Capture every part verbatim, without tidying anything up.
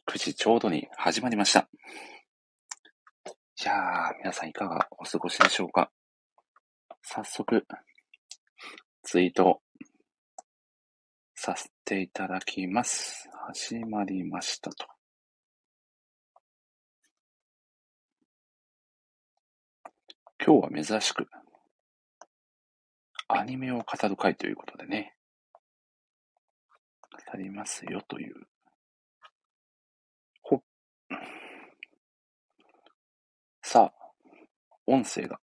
くじちょうどに始まりました。いやー、皆さんいかがお過ごしでしょうか。早速、ツイートさせていただきます。始まりましたと。今日は珍しく、アニメを語る会ということでね、語りますよという。ほっ。さあ、音声が。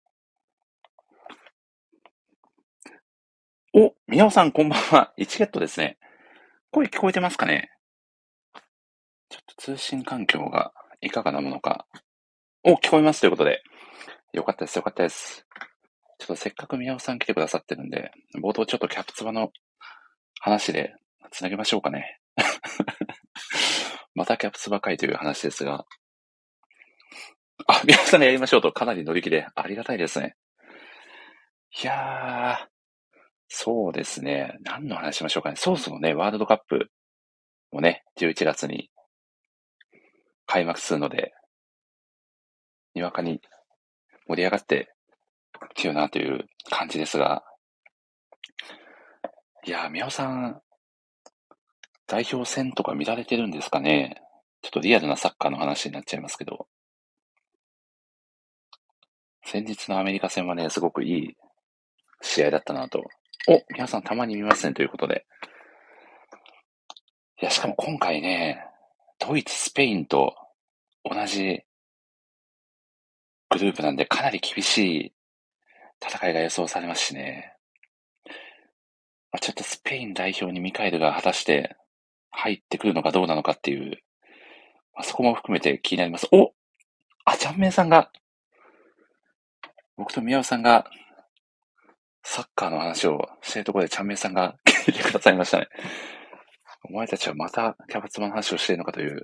お、みやおさんこんばんは。いちゲットですね。声聞こえてますかね。ちょっと通信環境がいかがなものか。お、聞こえますということで。よかったです、よかったです。ちょっとせっかく宮尾さん来てくださってるんで、冒頭ちょっとキャプツバの話でつなげましょうかね。またキャプツバ会という話ですが。あ、宮尾さんでやりましょうとかなり乗り気でありがたいですね。いやー、そうですね。何の話しましょうかね。そろそろね、ワールドカップもね、じゅういちがつに開幕するので、にわかに盛り上がってきてるなという感じですが。いやー、宮尾さん、代表戦とか見られてるんですかね。ちょっとリアルなサッカーの話になっちゃいますけど。先日のアメリカ戦はね、すごくいい試合だったなと。お、皆さんたまに見ますねということで。いや、しかも今回ね、ドイツ、スペインと同じグループなんでかなり厳しい戦いが予想されますしね。まあ、ちょっとスペイン代表にミカエルが果たして入ってくるのかどうなのかっていう、まあ、そこも含めて気になります。お、あ、ちゃんめんさんが、僕と宮尾さんがサッカーの話をしているところでちゃんめんさんが聞いてくださいましたね。お前たちはまたキャバツマの話をしているのかという。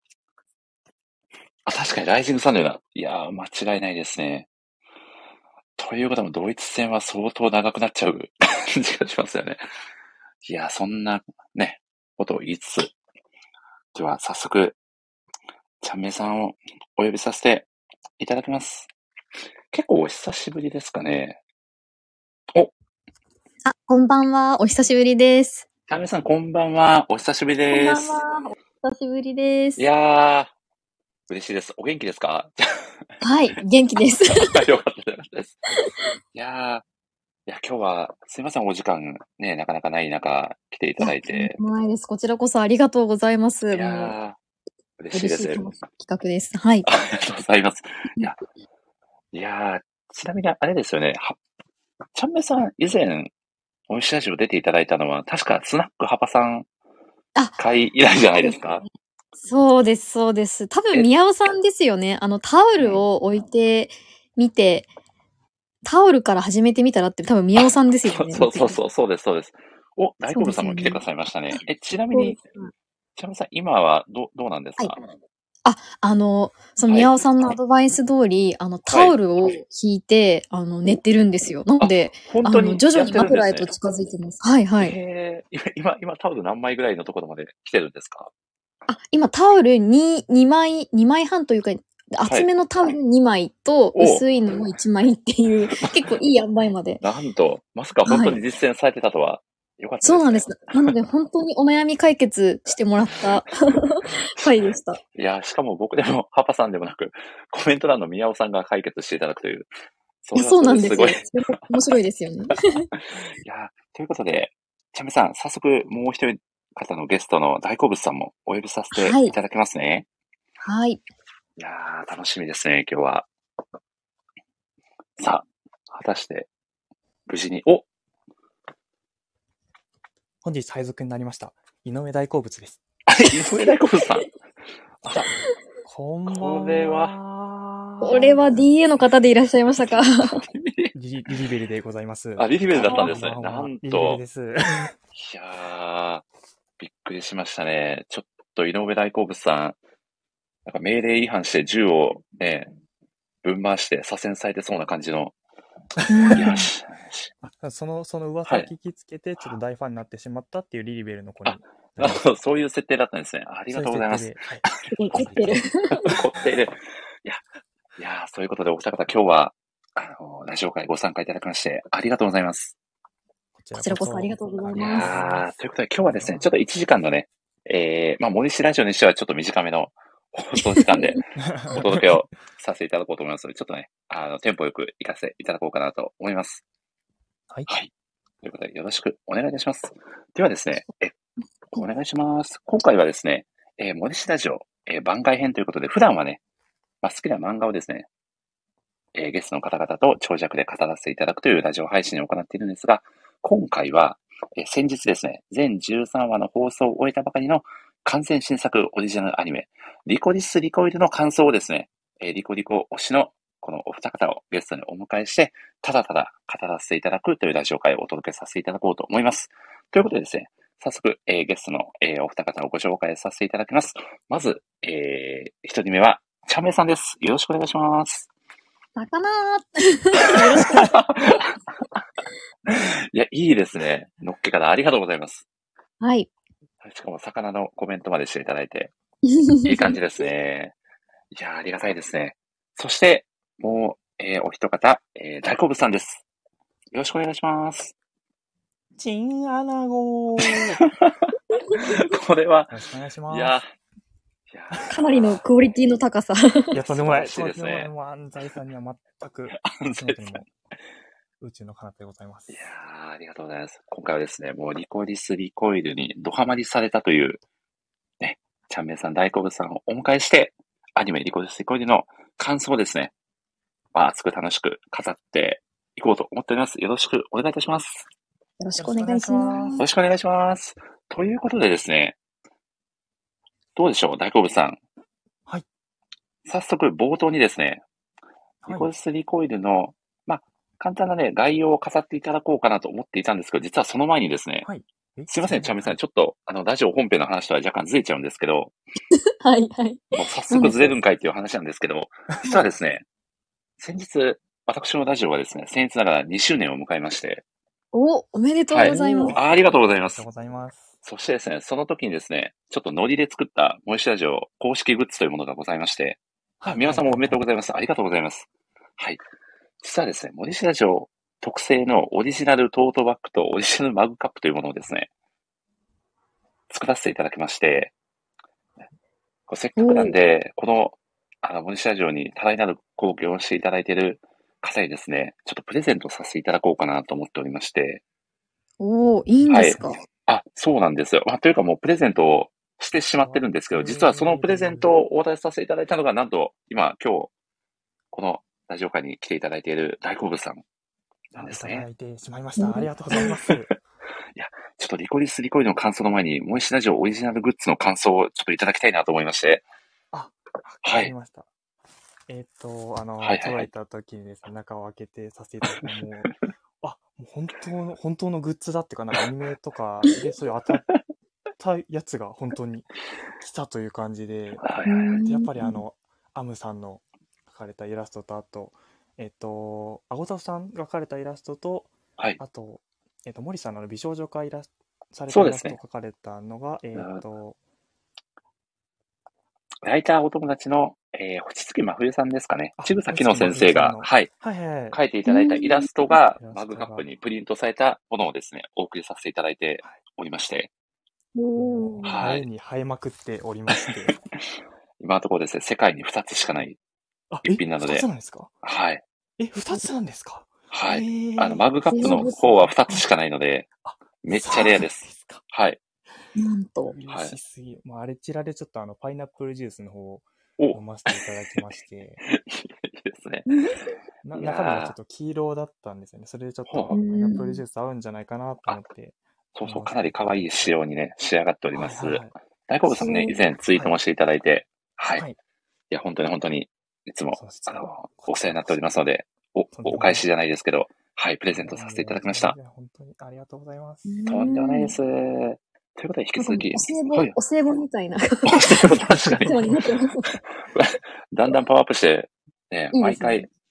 あ、確かにライジングサンデーだ。いやー、間違いないですね。ということもドイツ戦は相当長くなっちゃう感じがしますよね。いやー、そんなね、ことを言いつつ、では早速、ちゃんめいさんをお呼びさせていただきます。結構お久しぶりですかね。お、 あ、こんばんは。お久しぶりです。 ちゃんめいさんこんばんは。お久しぶりです。 こんばんは。お久しぶりでいす。 やー、嬉しいです。お元気ですか。 はい、元気です。 よかったよかったです。いやー、いや、今日は、すいません、お時間ね、なかなかない中、来ていただいて。 いや、とんでもないです。こちらこそありがとうございます。 いやー、嬉しいです。 嬉しい企画です。はい。 ありがとうございます。いや、いやー、ちなみにあれですよね、は、ちゃんめさん、以前、おいしラジオ出ていただいたのは、確か、スナックハパさん会以来じゃないですか。 そうです、そうです。多分、宮尾さんですよね。あの、タオルを置いてみて、タオルから始めてみたらって、多分、宮尾さんですよね。 そうそうそう、そうです、そうです。お、大好物さんも来てくださいましたね。え、ちなみに、ちゃんめさん、今はど、どうなんですか。はい、 あ、あの、その宮尾さんのアドバイス通り、はい、あの、タオルを引いて、あの、寝てるんですよ。なので、 本当に、 あの、徐々に枕へと近づいてます。はいはい。 えー、今、今、タオル何枚ぐらいのところまで来てるんですか。 あ、今タオルに、にまい、にまいはんというか、厚めのタオルにまいと、薄いのもいちまいっていう、結構いい塩梅まで。 なんと、まさか本当に実践されてたとは、はい、よかったですね。 そうなんです。なので本当にお悩み解決してもらった回でした。 いや、しかも僕でも、ハパさんでもなく、コメント欄の宮尾さんが解決していただくという。 それはそれですごい。それも面白いですよね。 いや、ということで、ちゃめさん、早速もう一人方のゲストの大好物さんもお呼びさせていただきますね。 はい。はい、いやー、楽しみですね、今日は。さあ、果たして、無事に、お本日配属になりました。井上大好物です。 井上大好物さん。 あら、こんばんは。 これは、 これは ディーエー の方でいらっしゃいましたか。 リ, リリベルでございます。 あ、リリベルだったんですね。なんと。 リリベルです。 いやー、びっくりしましたね。ちょっと井上大好物さん、なんか命令違反して銃をね、ぶん回して左遷されてそうな感じのいや、し、しあその、その噂をはい。 聞きつけて、ちょっと大ファンになってしまったっていうリリベルの子にあ、 なりました。 そういう設定だったんですね。ありがそういうとうございます。 設定で、はい。 すごい凝ってる。 凝っている。いや、いや、そういうことでお二方今日は、あの、ラジオ会ご参加いただきまして、ありがとうございます。 こちらこちらこそありがとうございいます。 やー、ということで今日はですね、ちょっといちじかんのね、えー、まあ、森氏ラジオにしてはちょっと短めの放送時間でお届けをさせていただこうと思いますので、ちょっとね、あの、テンポよく行かせていただこうかなと思います。 はい。 はい。ということで、よろしくお願いいたします。ではですね、え、お願いします。今回はですね、えー、森氏ラジオ、えー、番外編ということで、普段はね、まあ、好きな漫画をですね、えー、ゲストの方々と長尺で語らせていただくというラジオ配信を行っているんですが、今回は、えー、先日ですね、全じゅうさんわの放送を終えたばかりの完全新作オリジナルアニメ、リコリス・リコイルの感想をですね、えー、リコリコ推しのこのお二方をゲストにお迎えして、ただただ語らせていただくというラジオ会をお届けさせていただこうと思います。ということでですね、早速、えー、ゲストの、えー、お二方をご紹介させていただきます。まず、えー、一人目は、チャンメイさんです。よろしくお願いします。 魚ーよろしくお願いします。 いや、いいですね。のっけからありがとうございます。 はい。 しかも、魚のコメントまでしていただいて、いい感じですね。いや、ありがたいですね。そして、もう、えー、お一方、えー、大好物さんです。よろしくお願いします。 チンアナゴー。 これは、 よろしくお願いします。 いや、いやかなりのクオリティの高さ。 いや、とんでもない。 素晴らしいですね。 とんでもない。安西さんには全く、足元にも宇宙の彼方でございます。 いやー、ありがとうございます。今回はですね、もうリコリス・リコイルにドハマりされたという、ね、チャンメイさん、大好物さんをお迎えして、アニメリコリス・リコイルの感想をですね、まあ、熱く楽しく語っていこうと思っております。よろしくお願いいたします。 よろしくお願いします。 よろしくお願いします。ということでですね、どうでしょう、大好物さん。 はい。 早速、冒頭にですね、リコリス・リコイルの、まあ、簡単なね、概要を語っていただこうかなと思っていたんですけど、実はその前にですね、 はい。 すいません、チャンメイさん、ちょっと、あの、ラジオ本編の話とは若干ずれちゃうんですけど、 はいはい。 もう早速ずれるんかいっていう話なんですけども、実はですね、先日、私のラジオはですね、僭越ながらにしゅうねんを迎えまして、 お、おめでとうございます。 はい、ありがとうございます。 ありがとうございます。 そしてですね、その時にですね、ちょっとノリで作ったモイシラジオ公式グッズというものがございまして、はい、皆さんもおめでとうございます。ありがとうございます。はい。実はですね、モイシラジオ特製のオリジナルトートバッグとオリジナルマグカップというものをですね、作らせていただきまして、せっかくなんで、この、あの、モニシラジオに多大なる貢献をしていただいている方にですね、ちょっとプレゼントさせていただこうかなと思っておりまして。 おー、いいんですか？ はい。あ、そうなんですよ。まあ、というかもうプレゼントをしてしまってるんですけど、実はそのプレゼントをお渡しさせていただいたのが、なんと、今、今日、このラジオ会に来ていただいている大好物さんなんですね。 いただいてしまいました。ありがとうございます。いや、ちょっとリコリス・リコイルの感想の前に、モイシラジオオリジナルグッズの感想をちょっといただきたいなと思いまして。 あ、わかりました。はい、えっ、と、あの、 はいはいはい、 届いた時にですね、中を開けてさせていただいて、もう、あ、もう本当の、本当のグッズだっていうか、なんかアニメとかでそういう当たったやつが本当に来たという感じで、 はいはい、 でやっぱりあの、アムさんの描かれたイラストと、あと、えっ、と、アゴタフさんが描かれたイラストと、 はい、 あと、えっ、と、森さんの美少女化イラスト、されたイラストを描かれたのが、ね、えっ、と、 ライターお友達の、えー、星月真冬さんですかね。ちぐさきの先生が、はい、はいはいはい、描いていただいたイラストが、マグカップにプリントされたものをですね、お送りさせていただいておりまして。 はい。映えに映えまくっておりまして。 今のところですね、世界にふたつしかない一品なので。 え、ふたつなんですか？ はい。 え、ふたつなんですか？ はい。あの、マグカップの方はふたつしかないので、めっちゃレアです。はい。 なんと。 嬉しすぎる。まあ、あれちらでちょっとあの、パイナップルジュースの方を飲ませていただきまして。 いいですね。 な中身がちょっと黄色だったんですよね。それでちょっとパイナップルジュース合うんじゃないかなと思って。 そうそう、かなり可愛い仕様にね、仕上がっております。はいはいはい、大好物さんもね、以前ツイートもしていただいて、はい。はい、いや、本当に本当に、いつも、あの、お世話になっておりますので、お、お返しじゃないですけど、はい、プレゼントさせていただきました。 本当にありがとうございます。 とんでもないです。ということで、引き続き。 お歳暮、はい、お歳暮みたいな。お歳暮、確かに。だんだんパワーアップして、ね、毎回、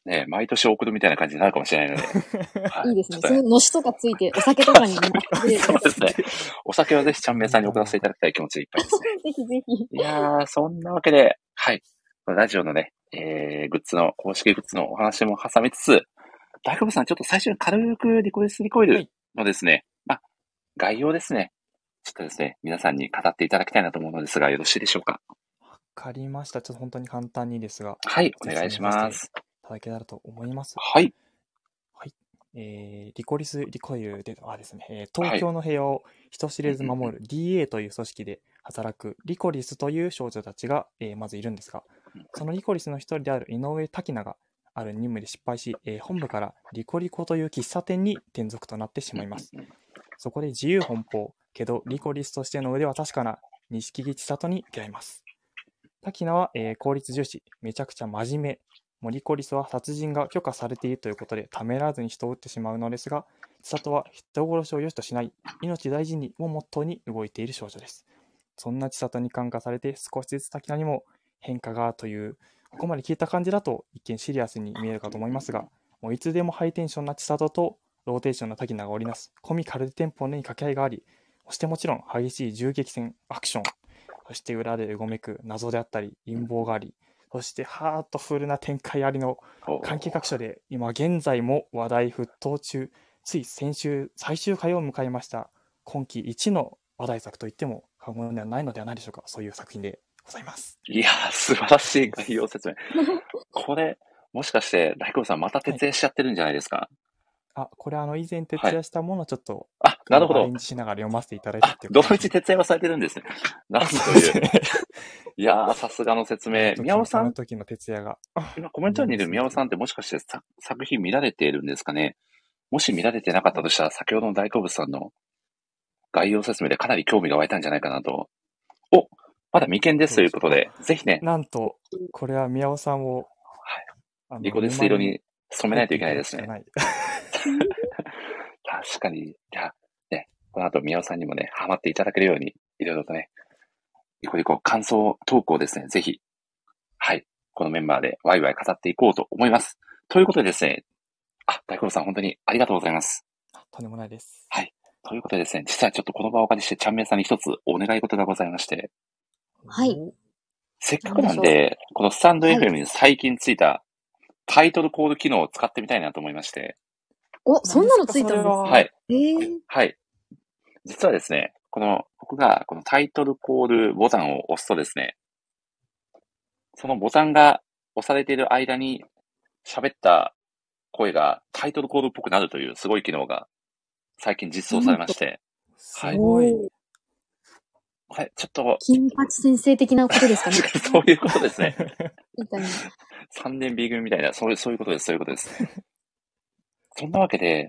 ね、毎年送るみたいな感じになるかもしれないので。はい。 いいですね。 ちょっとそののしとかついて、お酒とかにも入れる。 そうですね。お酒はぜひちゃんめいさんに送らせていただきたい気持ちでいっぱいですね。 ぜひぜひ。 いやー、そんなわけで、はい。ラジオのね、えー、グッズの、公式グッズのお話も挟みつつ、大久保さん、ちょっと最初に軽くリコデスリコイルのですね、まあ、概要ですね。ちょっとですね、皆さんに語っていただきたいなと思うのですが、よろしいでしょうか。 わかりました。ちょっと本当に簡単にですが、 はい、お願いします。 いただけたらと思います。 はい。 はい。えー、リコリス・リコイルではですね、えー東京の平和を人知れず守る ディーエー という組織で働くリコリスという少女たちが、えーまずいるんですが、そのリコリスの一人である井上滝菜がある任務で失敗し、えー本部からリコリコという喫茶店に転属となってしまいます。そこで自由奔放、けどリコリスとしての腕は確かな錦木千里に出会います。滝菜は、えー効率重視、めちゃくちゃ真面目。もうリコリスは殺人が許可されているということでためらわずに人を撃ってしまうのですが、千里は人殺しを良しとしない、命大事にをモットーに動いている少女です。そんな千里に感化されて少しずつ滝菜にも変化がという、ここまで聞いた感じだと一見シリアスに見えるかと思いますが、もういつでもハイテンションな千里とローテーションな滝菜が織りなすコミカルでテンポのいい掛け合いがあり、そしてもちろん激しい銃撃戦、アクション、そして裏でうごめく謎であったり陰謀があり、そしてハートフルな展開ありの関係各所で今現在も話題沸騰中、つい先週最終回を迎えました今季一の話題作といっても過言ではないのではないでしょうか。そういう作品でございます。 いやー、素晴らしい概要説明。これ、もしかして、大久保さんまた徹夜しちゃってるんじゃないですか。 あ、これあの以前徹夜したものをちょっと、 あ、なるほどアレン。ジしながら読ませていただいたっていう同感じ時徹夜はされてるんですね。なんという。 そうですね。 いやー、さすがの説明。宮尾さん、 あの時の徹夜が。 今コメント欄にいる宮尾さんってもしかしてさ作品見られているんですかね。もし見られてなかったとしたら、先ほどの大好物さんの概要説明でかなり興味が湧いたんじゃないかなと。お、まだ未見ですということで、ぜひね。 なんと、これは宮尾さんを、 はい、リコデス色に染めないといけないですね。確かに。いや、ね、この後宮尾さんにもね、ハマっていただけるように、いろいろとね、リコリコ感想トークをですね、ぜひ、はい、このメンバーでワイワイ語っていこうと思います。ということでですね、あ、大久保さん本当にありがとうございます。 とんでもないです。 はい。ということでですね、実はちょっとこの場をお借りして、ちゃんめいさんに一つお願い事がございまして。 はい。 せっかくなんで、このスタンド エフエム に最近ついたタイトルコール機能を使ってみたいなと思いまして。 お、そんなのついたんですか？ はい。 えー、 はい。実はですね、この、僕がこのタイトルコールボタンを押すとですね、そのボタンが押されている間に喋った声がタイトルコールっぽくなるというすごい機能が最近実装されまして。 はい。すごい。 はい、ちょっと。 金八先生的なことですかね。 そういうことですね。 みたいな。 三年 B 組みたいな、そういう、そういうことです、そういうことです。そんなわけで、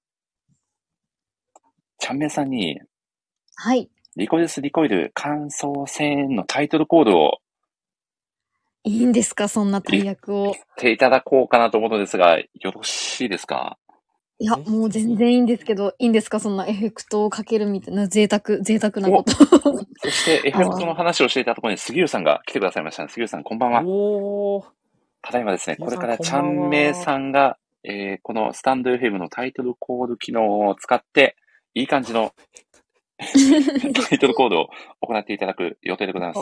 ちゃんめいさんに、 はい。 リコデスリコイル感想戦のタイトルコールを、 いいんですか、そんな大役を。 言っていただこうかなと思うのですが、よろしいですか？ いや、もう全然いいんですけど、いいんですか、そんなエフェクトをかけるみたいな贅沢、贅沢なこと。 そしてエフェクトの話をしていたところに杉浦さんが来てくださいました。杉浦さん、こんばんは。 おー。 ただいまですね、これからちゃんめいさんが、えー、このスタンド エフエム のタイトルコール機能を使って、いい感じのタイトルコールを行っていただく予定でございます。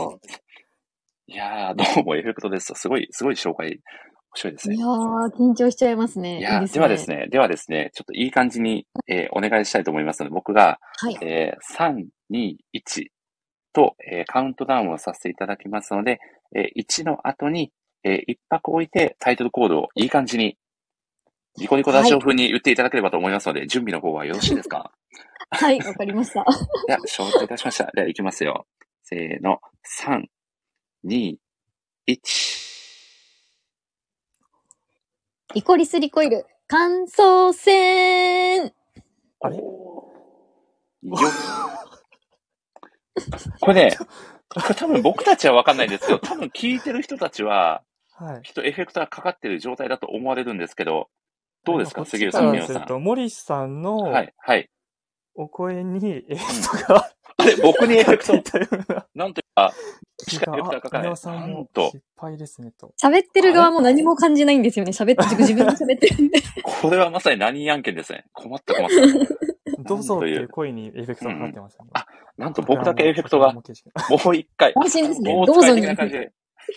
いやー、どうもエフェクトですと、すごい、すごい紹介、面白いですね。 いやー、緊張しちゃいますね。 いやー、 いいですね。 ではですね、ではですね、ちょっといい感じに、えー、お願いしたいと思いますので、僕が、 はい、 えー、さん、に、いちと、えー、カウントダウンをさせていただきますので、えー、いちの後に、えー、一拍置いてタイトルコールをいい感じに、ニコニコラジオ風に言っていただければと思いますので、はい、準備の方はよろしいですか？ はい、わかりました。 では、承知いたしました。では、いきますよ。せーの、さん、に、いち。 リコリスリコイル、感想戦。 あれよこれね、これ多分僕たちは分かんないですけど、多分聞いてる人たちは、はい、きっとエフェクターかかってる状態だと思われるんですけど、どうですか、杉浦さん、宮尾さん。 森さんの、 はい、はい。 お声にエフェクトが、 あれ、僕にエフェクトなんというか、 気しかエフェクターが、あ、 かかない。 宮尾さんもなんと、 失敗ですねと。 喋ってる側も何も感じないんですよね。喋って、自分で喋ってるんで。 これはまさに何案件ですね。困った困った。 どうぞっていうなんという。 声にエフェクトがかかってましたね。 あ、なんと僕だけエフェクトが、 桜も景色がもう一回、 安心ですね。 大どうぞに使い的な感じで。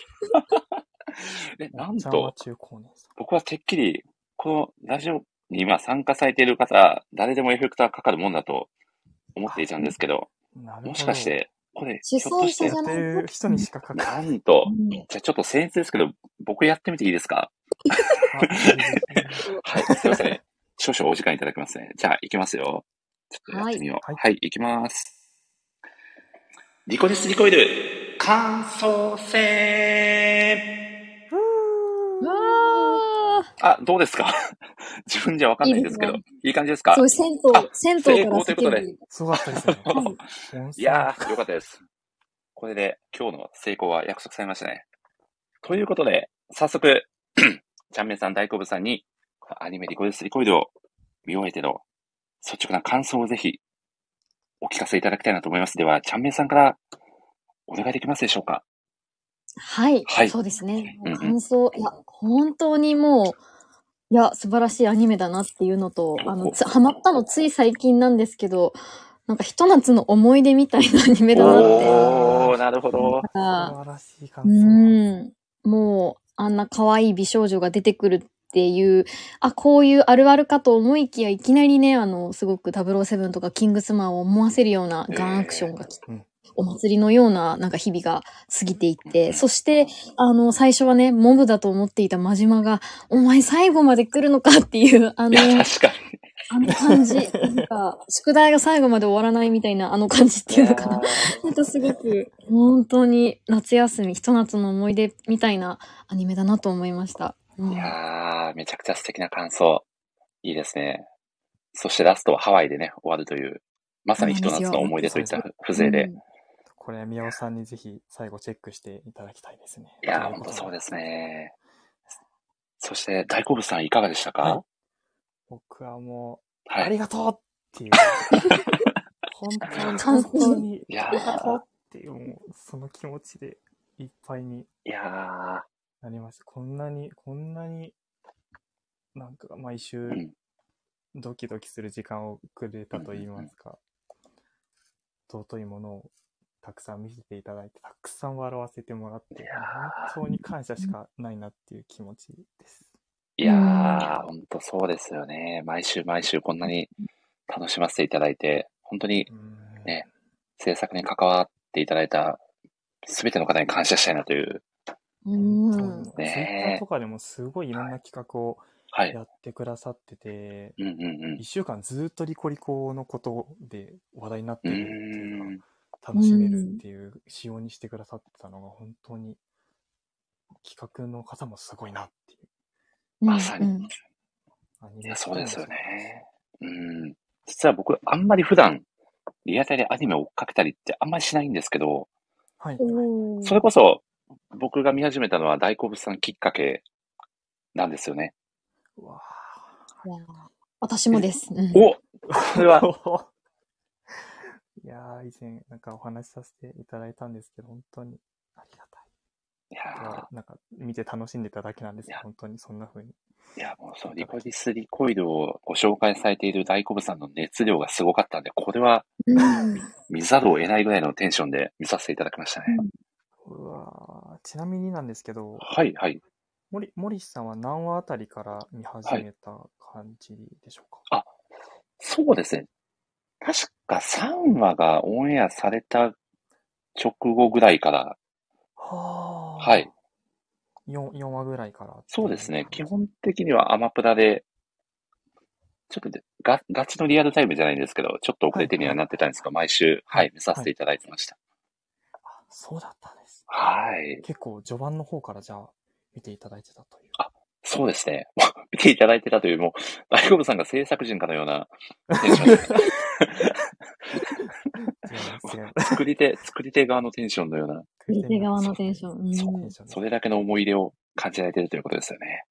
で、なんちゃんはと、 中高年さん。 僕はてっきり、このラジオに今参加されている方、誰でもエフェクターかかるもんだと思っていたんですけど、 なるほど。 もしかして、これ、 主ひょっとして催者じゃ、 やってる人にしかかかる。 なんと、 うんじゃあちょっと僭越ですけど、僕やってみていいですか？ あ、ぜひぜはい、すいません。少々お時間いただきますね。じゃあ、行きますよ。ちょっとやってみよう。 はいはい、行きます。リコデスリコイル、乾燥性。 うわあ、どうですか？自分じゃわかんないんですけど。いいいですい感じですか？ ー。そう、銭湯あ、 銭湯成から功ということで。 叫ぶ。 すごかったですね。 はい温い泉やー、よかったです。これで今日の成功は約束されましたね。ということで、早速、ちゃんめんさん大好物さんに、アニメリコデスリコイルを見終えての率直な感想をぜひお聞かせいただきたいなと思います。では、ちゃんめんさんからお願いできますでしょうか？ はい。 はいそうですね。 うんうん感想、いや、本当にもう、いや、素晴らしいアニメだなっていうのと、あの、つハマったのつい最近なんですけど、なんかひと夏の思い出みたいなアニメだなって。 おー、なるほど。 素晴らしい感う想。 ん。もう、あんな可愛い美少女が出てくるっていう、あ、こういうあるあるかと思いきや、いきなりね、あの、すごくダブルオーセブンとかキングスマンを思わせるようなガンアクションが来て、 うんお祭りのような、なんか日々が過ぎていって、そして、あの、最初はね、モブだと思っていた真島が、お前最後まで来るのかっていう、あの、 いや、確かに。 あの感じ。なんか、宿題が最後まで終わらないみたいな、あの感じっていうのかな。なんかすごく、本当に夏休み、ひと夏の思い出みたいなアニメだなと思いました。うん、 いやー、めちゃくちゃ素敵な感想。いいですね。そしてラストはハワイでね、終わるという、まさにひと夏の思い出といった風情で。 うんこれ、宮尾さんにぜひ最後チェックしていただきたいですね。 いやー、ほんとそうですね。そして、大好物さんいかがでしたか？ はい、僕はもう、 はい、 ありがとうっていう。本当に、本当に、ありがとうっていう、もう、その気持ちでいっぱいにいやーなりました。こんなに、こんなに、なんか毎週、ドキドキする時間をくれたと言いますか、尊いものをたくさん見せていただいて、たくさん笑わせてもらって、本当に感謝しかないなっていう気持ちです。 いやー、ほんとそうですよね。毎週毎週こんなに楽しませていただいて、本当にね、制作に関わっていただいたすべての方に感謝したいなという。 うんツイッターとかでもすごいいろんな企画をやってくださってて、 はいうんうんうん、 いっしゅうかんずっとリコリコのことで話題になってるっていうか、楽しめるっていう仕様にしてくださってたのが本当に企画の方もすごいなっていう。 まさに。うん、いやそうですよね。うん。実は僕、あんまり普段、リアタイでアニメを追っかけたりってあんまりしないんですけど、 はい。 それこそ、僕が見始めたのは大好物さんきっかけなんですよね。 うわ私もです。うん、 おこれは。 いやー、以前なんかお話しさせていただいたんですけど、本当にありがたい。 いやなんか見て楽しんでただけなんですよ、本当にそんな風に。 いや、もうそのリコディスリコイルをご紹介されている大好物さんの熱量がすごかったんで、これは見ざるを得ないぐらいのテンションで見させていただきましたね。 うわちなみになんですけど、 はいはい。 森森さんは何話あたりから見始めた感じでしょうか？ はい、あ、そうですね。確かさんわがオンエアされた直後ぐらいから、 ははい。 4, よんわぐらいから。 そうですね。基本的にはアマプラで、ちょっとでガガチのリアルタイムじゃないんですけど、ちょっと遅れてにはなってたんですが、はいはい、毎週、はい、見させていただいてました。 はい、あ、そうだったんです。 はい。 結構序盤の方からじゃあ見ていただいてたという。 あ、そうですね。見ていただいてたという、もう、大好物さんが制作人かのようなテンションで。作り手、作り手側のテンションのような。 作り手側のテンション。うん、 そう。それだけの思い入れを感じられているということですよね。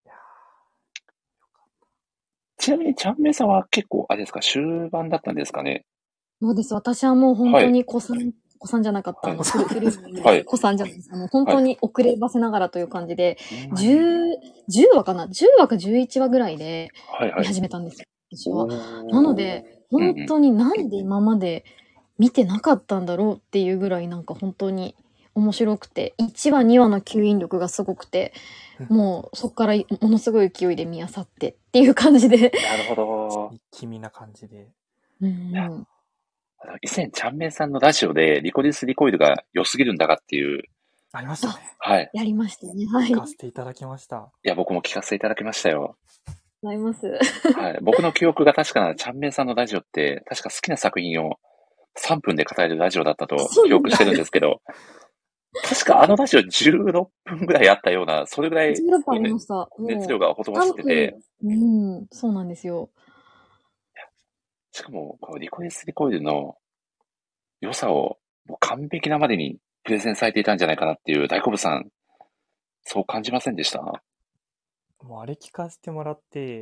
ちなみに、ちゃんめいさんは結構、あれですか、終盤だったんですかね？ そうです。私はもう本当に子さん、はい、 子さんじゃなかった、あの、 はい古古いのにはい子さんじゃないです。あの、本当に遅ればせながらという感じで、 うんじゅう、じゅうわかな ?じゅう 話かじゅういちわぐらいで見はいはい。 始めたんですよ、私は。 おーなので、 うんうん本当になんで今まで見てなかったんだろうっていうぐらいなんか本当に面白くて、いちわ、にわの吸引力がすごくて、もうそこからものすごい勢いで見漁ってっていう感じで。 なるほど。 一気見な感じで。 うんいやうんあの以前、ちゃんめいさんのラジオで、リコディスリコイルが良すぎるんだかっていう、 ありましたね。 はい。 やりましたね。はい。 聞あかせていただきました。 いや、僕も聞かせていただきましたよ。 りがとうございます。 はい。僕の記憶が確かな、ちゃんめいさんのラジオって、確か好きな作品をさんぷんで語れるラジオだったとそうなんだ記憶してるんですけど、確かあのラジオじゅうろっぷんぐらいあったような、それぐらいじゅうろっぷんありました。もう熱量がほとばしってて、 うん、そうなんですよ。 しかも、このリコディスリコイルの良さをもう完璧なまでにプレゼンされていたんじゃないかなっていう、大好物さん、そう感じませんでした？ もうあれ聞かせてもらって、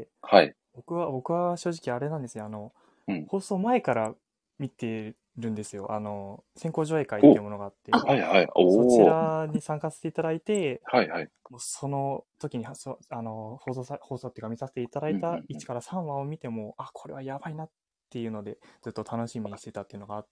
はい。 僕は、僕は正直あれなんですよ。あの、 うん。 放送前から見てるんですよ。あの、先行上映会っていうものがあって、 はいはい。 そおー。 ちらに参加させていただいて、 はいはい。 もうその時にはそあの放送さ、放送っていうか見させていただいたうんうんうんいちからさんわを見ても、あ、これはやばいなっていうので、ずっと楽しみにしてたっていうのがあって、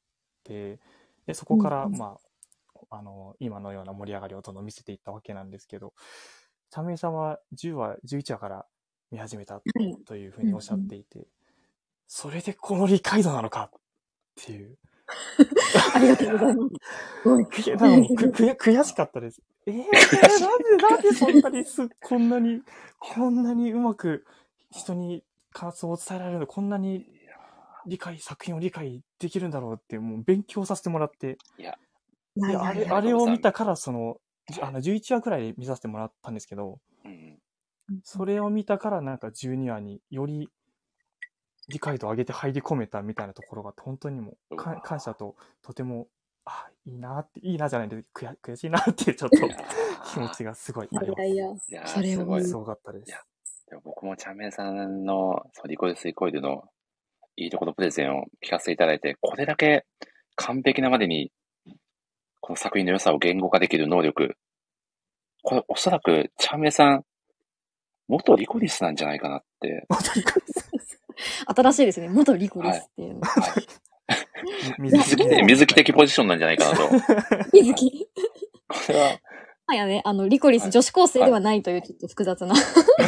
で、そこから、 うんうんまあ、あの、今のような盛り上がりをどんどん見せていったわけなんですけど、ちゃんめいさんはじゅうわ、じゅういちわから見始めたはい。 というふうにおっしゃっていて、それでこの理解度なのかっていう。 ありがとうございます。すごい。 くやなんかもうくくや悔しかったです。えー、なんで、なんでそんなにす、こんなに、こんなにうまく人に感想を伝えられるの、こんなに理解、作品を理解できるんだろうって、もう勉強させてもらって、 いや、 いやいで、あれ、 やいやあれを見たから、その、じあの、じゅういちわくらいで見させてもらったんですけど、 うん。 それを見たからなんかじゅうにわにより理解度を上げて入り込めたみたいなところが本当にもうかうわ感謝ととても、あ、いいなって、いいなじゃないんで悔悔しいなってちょっといや気持ちがすごいいあります。 やいや、 いやーそれをすごいすごかったですいや。でも僕もちゃんめいさんのそうリコディスリコイルのいいところプレゼンを聞かせていただいて、これだけ完璧なまでに、この作品の良さを言語化できる能力、これおそらくちゃんめいさん、元リコディスなんじゃないかなって。 新しいですね。元リコですっていうの。 はい。 み水水木的、水木的ポジションなんじゃないかなと。 水木。 これは、 まあやね、あの、リコリス女子高生ではないというちょっと複雑な。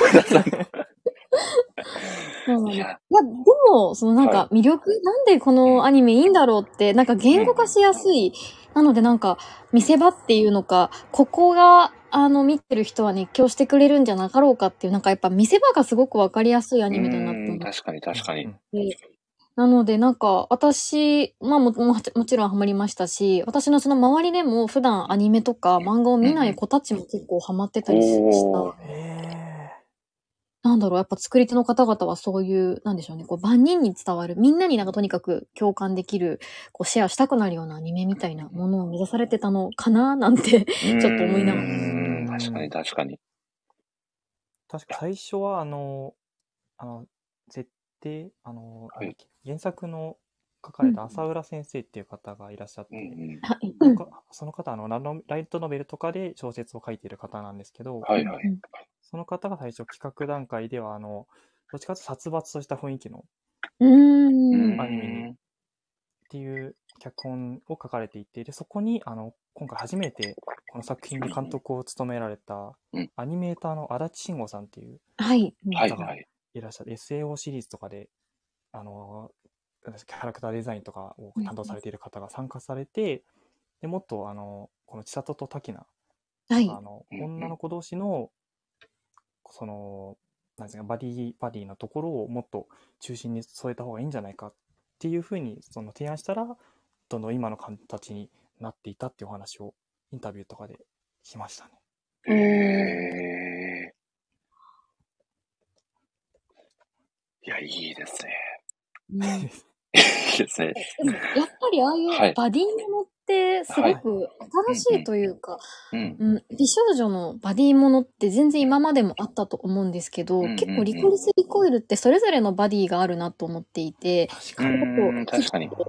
そうなんです。いや、 いや、 でも、そのなんか魅力、なんでこのアニメいいんだろうって、なんか言語化しやすい。なのでなんか、見せ場っていうのか、ここが、あの、見てる人は熱狂してくれるんじゃなかろうかっていう、なんかやっぱ見せ場がすごくわかりやすいアニメだなって思って。 確かに確かに。 なので、なんか、私、まあも、も、もちろんハマりましたし、私のその周りでも普段アニメとか漫画を見ない子たちも結構ハマってたりした。 おーなんだろう、やっぱ作り手の方々はそういう、なんでしょうね、こう万人に伝わる、みんなになんかとにかく共感できる、こうシェアしたくなるようなアニメみたいなものを目指されてたのかななんて、ちょっと思いながら。 うーん確かに確かに。 確か最初は、あの、あの、設定、あの、 はいなんだっけ原作の書かれた浅浦先生っていう方がいらっしゃって、 うんうんはい。 そのかその方あのラノ、ライトノベルとかで小説を書いている方なんですけど、 はいはい。 その方が最初企画段階では、あの、どっちかというと殺伐とした雰囲気のうーん。 アニメにっていう脚本を書かれていて、でそこにあの今回初めてこの作品で監督を務められたうんアニメーターの足立慎吾さんっていうはい。 方がはいはい。 いらっしゃって、エスエーオー シリーズとかであのキャラクターデザインとかを担当されている方が参加されて、でもっとあのこの千里と滝菜、 はい。 あの女の子同士のそのなんですかバディバディのところをもっと中心に添えた方がいいんじゃないかっていうふうにその提案したら、どんどん今の形になっていたっていうお話をインタビューとかで聞きましたね。 へー。いや、いいですね。 うんいいですね。 でもやっぱりああいうバディものってすごく新しいというか、 うん。 うん、美少女のバディものって全然今までもあったと思うんですけど、 うんうんうん結構リコリスリコイルってそれぞれのバディがあるなと思っていて、 確かに。 うん確かに。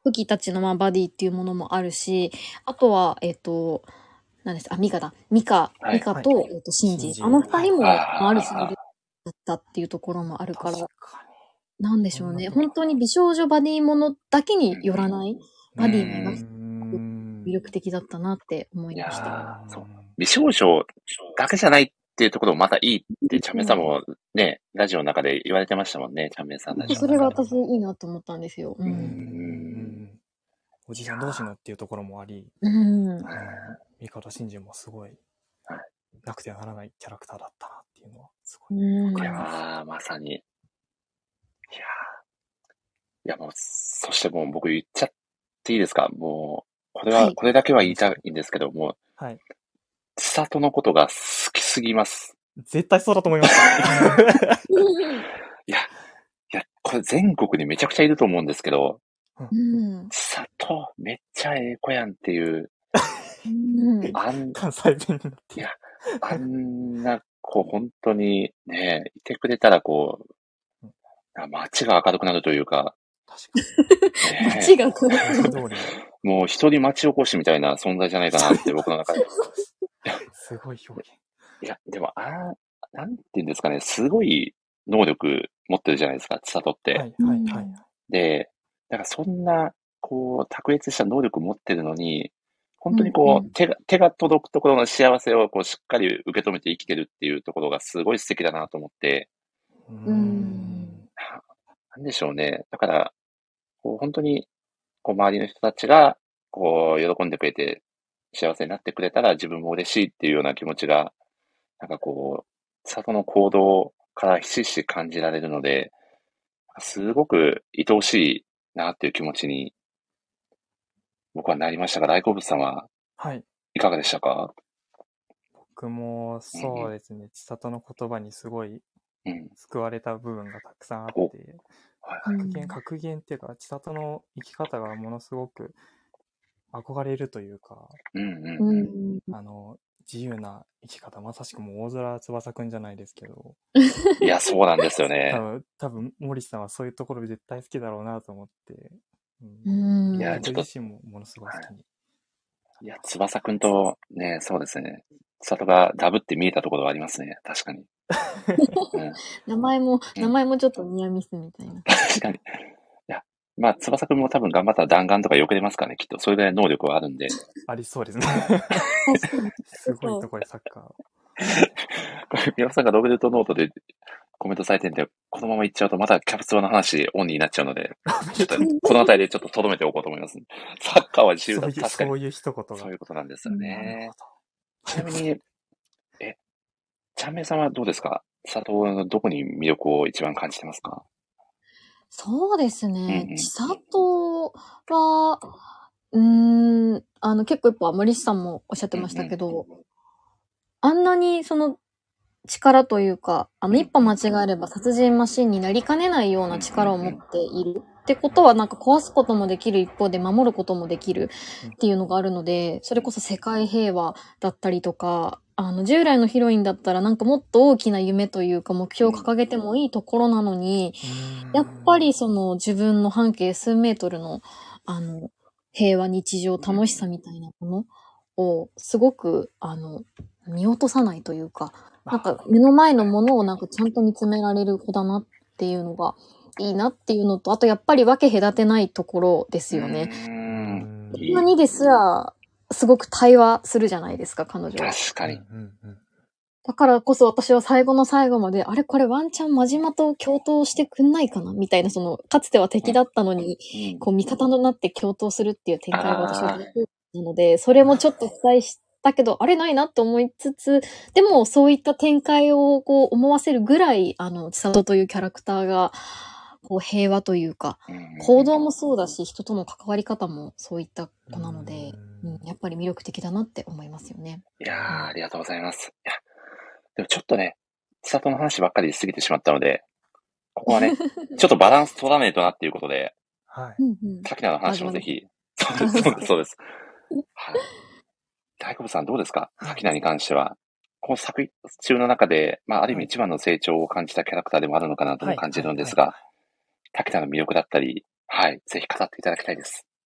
フキたちのまあバディっていうものもあるし、あとは、えっ、と、何ですあ、ミカだ。ミカ、 はいミカと、 はいえっ、と、シンジ。 シンジあの二人も、 はいまあ、ある種あー魅力だったっていうところもあるから、 確かなんでしょうね。 そんなと本当に美少女バディものだけによらない、 に。 バディもうーなくん。 魅力的だったなって思いいやました。 ー、そう。美少女だけじゃないっていうところもまたいいって、ちゃんめいさんもね、ラジオの中で言われてましたもんね、ちゃんめいさんラジオそれがの中で。 私いいなと思ったんですよ。う。 うんうんん。 おじさん同士のっていうところもあり、 うん。 あの、ミカとシンジもすごい、なくてはならないキャラクターだったなっていうのは、すごい。 うん。 いやー、まさに。いやー。いやもう、そしてもう僕言っちゃっていいですか？もう、これは、 はいこれだけは言いたいんですけども、 はい。 千里のことが好きすぎます。 絶対そうだと思いました。 いや、いや、これ全国にめちゃくちゃいると思うんですけど、 うん。 千里、めっちゃええ子やんっていう、 うん。 あん、 関西弁になっていや、あんな子本当にね、いてくれたらこう、街が明るくなるというか、 確かねえ街がこに。文字通りの。 もう一人町おこしみたいな存在じゃないかなって僕の中で。 すごい表現。 いや、でも、あーなんて言うんですかね、すごい能力持ってるじゃないですか、千里って。 はい、はい、はい。 で、だからそんな、こう、卓越した能力持ってるのに、本当にこう、 うんうん手が、手が届くところの幸せをこう、しっかり受け止めて生きてるっていうところがすごい素敵だなと思って、 うーうんん。 なんでしょうね。だから、こう、本当に、こう、周りの人たちが、こう、喜んでくれて、幸せになってくれたら自分も嬉しいっていうような気持ちが、なんかこう、千里の行動からひしひし感じられるので、すごく愛おしいなっていう気持ちに僕はなりましたが、大好物さんははい。 いかがでしたか？ 僕もそうですね、千里の言葉にすごいうん。 救われた部分がたくさんあっおて、 はいはい。 格言、格言っていうか、千里の生き方がものすごく憧れるというか、 うんううんうん。 ん。 あの、自由な生き方、まさしくもう大空翼くんじゃないですけど、 いや、そうなんですよ多ね。 分、多分、森さんはそういうところ絶対好きだろうなと思って、う、 うんん。 いや、ちょっと、 僕自身もものすごい好きに。 いや、翼くんとね、そうですね。千里がダブって見えたところはありますね。確かに。うん、 名前も、 うん名前もちょっとニアミスみたいな。 確かに。いや、まあ、翼くんも多分頑張ったら弾丸とか避けれますからね、きっと。それぐらいの能力はあるんで。 ありそうですね。 確かに。 すごいところでサッカーを。 これ、皆さんがロベルトノートでコメントされてんで、このまま行っちゃうとまたキャプツバの話オンになっちゃうので、ちょっとこのあたりでちょっと留めておこうと思います。サッカーは自由だ。 そういう、 確かに。 そういう一言が。 そういうことなんですようんね。ちなみに、え、ちゃんめいさんはどうですか？佐藤のどこに魅力を一番感じてますか？ そうですうんね。 うん千里は、うーん、あの、結構やっぱ森下さんもおっしゃってましたけど、あんなにその力というか、あの、一歩間違えれば殺人マシンになりかねないような力を持っているってことは、なんか壊すこともできる一方で守ることもできるっていうのがあるので、それこそ世界平和だったりとか、あの、従来のヒロインだったらなんかもっと大きな夢というか目標を掲げてもいいところなのに、やっぱりその自分の半径数メートルの、あの、平和日常楽しさみたいなものをすごく、あの、見落とさないというか、なんか目の前のものをなんかちゃんと見つめられる子だなっていうのがいいなっていうのと、あとやっぱり分け隔てないところですよね。 うーん。いい今にですらすごく対話するじゃないですか、彼女は。 確かに。 うんうんうんだからこそ私は最後の最後まで、あれこれワンチャン真島と共闘してくんないかなみたいな、その、かつては敵だったのに、 うんこう味方となって共闘するっていう展開が私は大好きなので、それもちょっと期待したけど、あれないなって思いつつ、でもそういった展開をこう思わせるぐらい、あの、千里というキャラクターが、こう平和というか、行動もそうだし、人との関わり方もそういった子なので、うん、やっぱり魅力的だなって思いますよね。 いやー、ありがとうございます。いや、でもちょっとね、千里の話ばっかりしすぎてしまったので、ここはね、ちょっとバランス取らないとなっていうことで、 はい。 うんうん。 さきなの話もぜひ、そうです、そうです、そうです。はい。大久保さんどうですか？さきなに関しては。この作中の中で、まあ、ある意味一番の成長を感じたキャラクターでもあるのかなとも感じるのですが、さきなの魅力だったり、はい、ぜひ語っていただきたいです。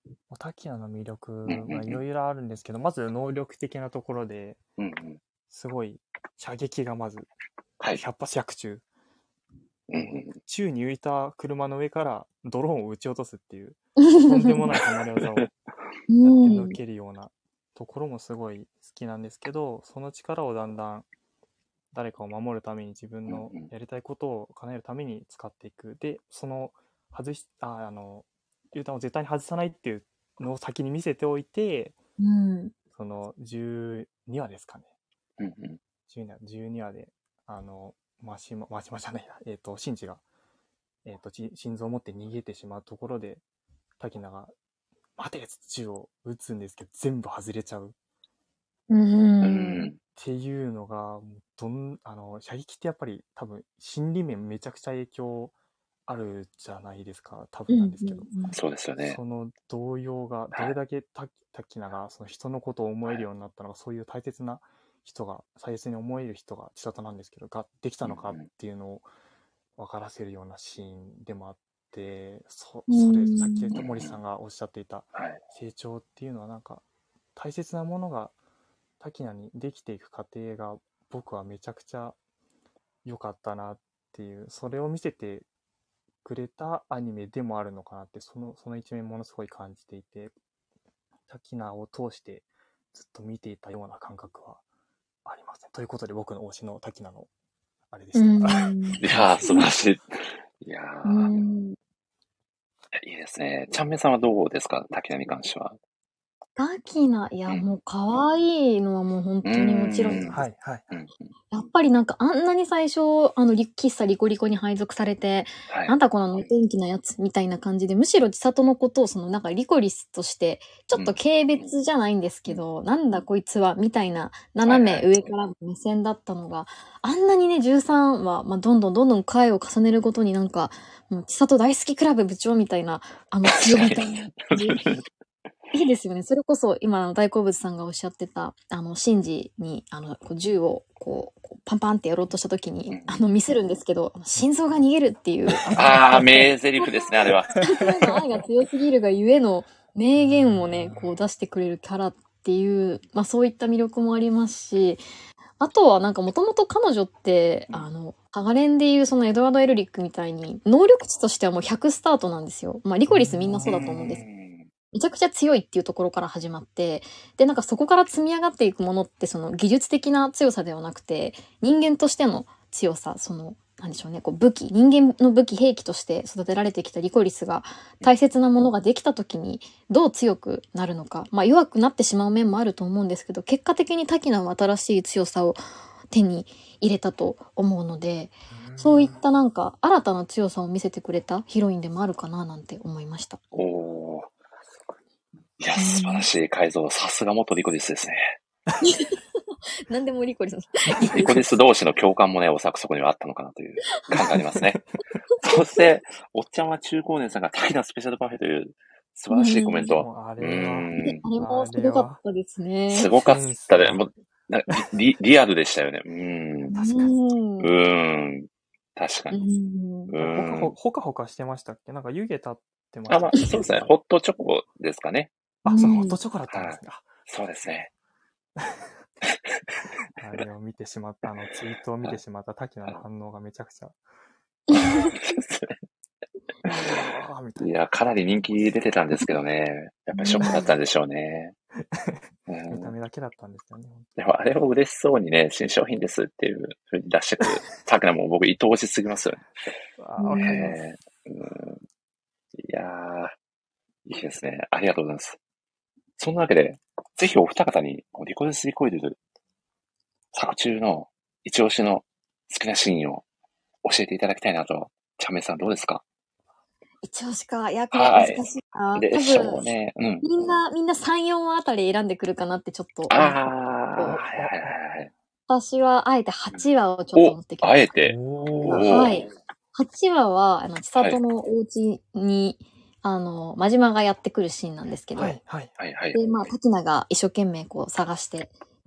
滝菜の魅力うんうんうんがいろいろあるんですけど、まず能力的なところで、 うんうん。 すごい射撃がまずはい。 ひゃく発百中。 うんうん宙に浮いた車の上からドローンを撃ち落とすっていう、とんでもない離れ技をやってのけるようなところもすごい好きなんですけど、その力をだんだん誰かを守るために自分のやりたいことを叶えるために使っていく。で、その外し、あ、あの、U ターンを絶対に外さないっていうのを先に見せておいて、 うん。 そのじゅうにわですかね。 うんうんじゅうにわ、じゅうにわで、あの、マシマ、マシマじゃないや、えっ、と、シンジが、えっ、と、ち心臓を持って逃げてしまうところで、滝菜が、待てっつって銃を撃つんですけど、全部外れちゃう。 う。 うんん。 っていうのが、もうどん、あの、射撃ってやっぱり多分、心理面めちゃくちゃ影響あるじゃないですか。多分なんですけど。 そうですよね。 その動揺が、どれだけ滝菜がその人のことを思えるようになったのか、そういう大切な人が、大切に思える人が千里なんですけど、ができたのかっていうのを分からせるようなシーンでもあって、そそれ、さっき森さんがおっしゃっていたはい。 成長っていうのはなんか、大切なものが滝菜にできていく過程が僕はめちゃくちゃ良かったなっていう、それを見せてくれたアニメでもあるのかなって、そのその一面ものすごい感じていて、滝菜を通してずっと見ていたような感覚はありますね。ということで僕の推しの滝菜のあれでした。 うん。 いやー、素晴らしい。いやー、 うん。 いいですね。ちゃんめいさんはどうですか、滝菜に関しては。 滝菜、いや、 うんもう可愛いのはもう本当にもちろんなんです。 はいはい。 うんうんやっぱりなんかあんなに最初、あの、リ喫茶リコリコに配属されて、 はいなんだこの能天気なやつみたいな感じで、むしろ千里のことをそのなんかリコリスとして、ちょっと軽蔑じゃないんですけど、なんだこいつは、みたいな斜め上からの目線だったのが、あんなにね、じゅうさんわ、まあ、どんどんどんどん回を重ねるごとになんか、もう千里大好きクラブ部長みたいな、あの強みたいな感じ。いいですよね。それこそ、今、大好物さんがおっしゃってた、あの、シンジに、あの、こう銃を、こう、パンパンってやろうとしたときに、 うんあの、見せるんですけど、心臓が逃げるっていう、 あー、名台詞ですね、あれは。 彼の愛が強すぎるがゆえの名言をね、こう出してくれるキャラっていう、まあそういった魅力もありますし、あとはなんかもともと彼女って、あの、ハガレンでいうそのエドワード・エルリックみたいに、能力値としてはもうひゃくスタートなんですよ。まあリコリスみんなそうだと思うんです。めちゃくちゃ強いっていうところから始まって、で、なんかそこから積み上がっていくものってその技術的な強さではなくて、人間としての強さ、その、なんでしょうね、こう武器、人間の武器兵器として育てられてきたリコリスが大切なものができた時にどう強くなるのか、まあ弱くなってしまう面もあると思うんですけど、結果的に滝菜は新しい強さを手に入れたと思うので、そういったなんか新たな強さを見せてくれたヒロインでもあるかななんて思いました。 おー。いや、素晴らしい改造。さすが元リコリスですね。 何でもリコリス。 リコリス同士の共感もね、おそらくそこにはあったのかなという感がありますね。そして、おっちゃんは中高年さんが滝菜スペシャルパフェという素晴らしいコメント。 あれは、 あれもすごかったですね。 すごかったね。もうなリリアルでしたよね。うん。 確かに。 うん。確かに。 うん。ほかほかしてましたっけ？なんか湯気立ってました。 あ、まあ、そうですね。ホットチョコですかね。 あ、そう、ホットチョコだったんですね。 そうですね。 あれを見てしまった、あのツイートを見てしまった滝菜の反応がめちゃくちゃ。 いや、かなり人気出てたんですけどね。やっぱりショックだったんでしょうね。 見た目だけだったんですよね。 でもあれを嬉しそうにね、新商品ですっていうふうに出してくる滝菜も僕愛おしすぎますよね。 あ、わかります。 うん、いやー、いいですね。ありがとうございます。そんなわけで、ぜひお二方にリコリスリコイル作中の一押しの好きなシーンを教えていただきたいなと。ちゃめさんどうですか？ 一押しか。いや、これ難しいな。 はい、でしょうね。うん。 みんな、みんなさん、よんわあたり選んでくるかなってちょっと。 ああ、はいはいはい。 私はあえてはちわをちょっと持ってきました。 あえて。 はい。はちわは、あの、千里のお家に、はい、あの、真島がやってくるシーンなんですけど。 はいはいはいはい。 で、まあ、滝菜が一生懸命こう探して、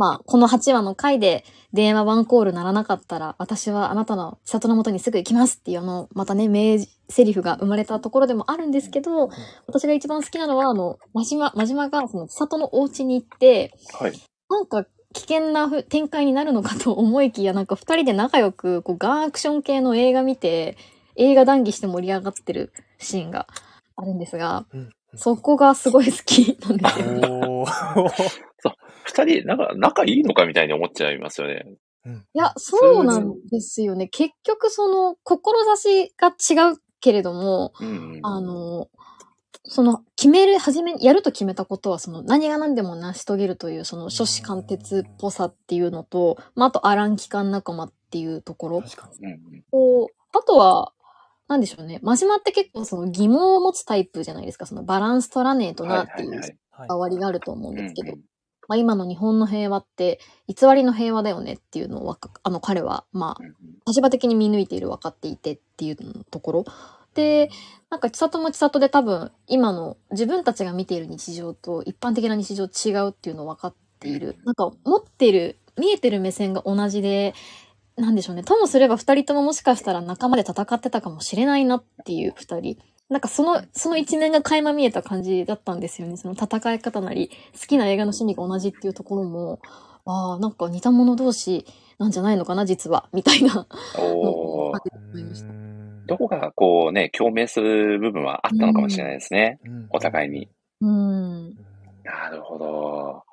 まあ、このはちわの回で電話ワンコールならなかったら、私はあなたの千里の元にすぐ行きますっていうあの、またね、名セリフが生まれたところでもあるんですけど、私が一番好きなのは、あの、真島、真島がその千里のお家に行って、 はい。 なんか危険なふ展開になるのかと思いきや、なんか二人で仲良く、こう、ガンアクション系の映画見て、映画談義して盛り上がってるシーンがあるんですが、 うんうんそこがすごい好きなんですよね。 おーそう、二人、なんか、仲いいのかみたいに思っちゃいますよね。 うんいや、そうなんですよね。結局その、志が違うけれども、 うんうん。 あの、その、決める、初めに、やると決めたことは、その、何が何でも成し遂げるという、その、初子貫徹っぽさっていうのと、まあ、あと、アラン機関仲間っていうところ。 確かに。 うんうん。 こう、あとは、なんでしょうね。真島って結構その疑問を持つタイプじゃないですか。そのバランス取らねえとなっていうはいはいはい。 はい。 変わりがあると思うんうんですけど、 うん。 まあ今の日本の平和って偽りの平和だよねっていうのをわかあの彼はまあうんうん。 立場的に見抜いている、分かっていてっていうところで、なんか千里も千里で多分今の自分たちが見ている日常と一般的な日常違うっていうのを分かっている。なんか持ってる見えてる目線が同じで、なんでしょうね。ともすれば二人とももしかしたら仲間で戦ってたかもしれないなっていう二人。なんかその、その一面が垣間見えた感じだったんですよね。その戦い方なり、好きな映画の趣味が同じっていうところも、ああ、なんか似た者同士なんじゃないのかな、実は。みたいなのをおー。 感じて思いました。 どこかこうね、共鳴する部分はあったのかもしれないですね。 うんお互いに。 うん。 うんなるほど。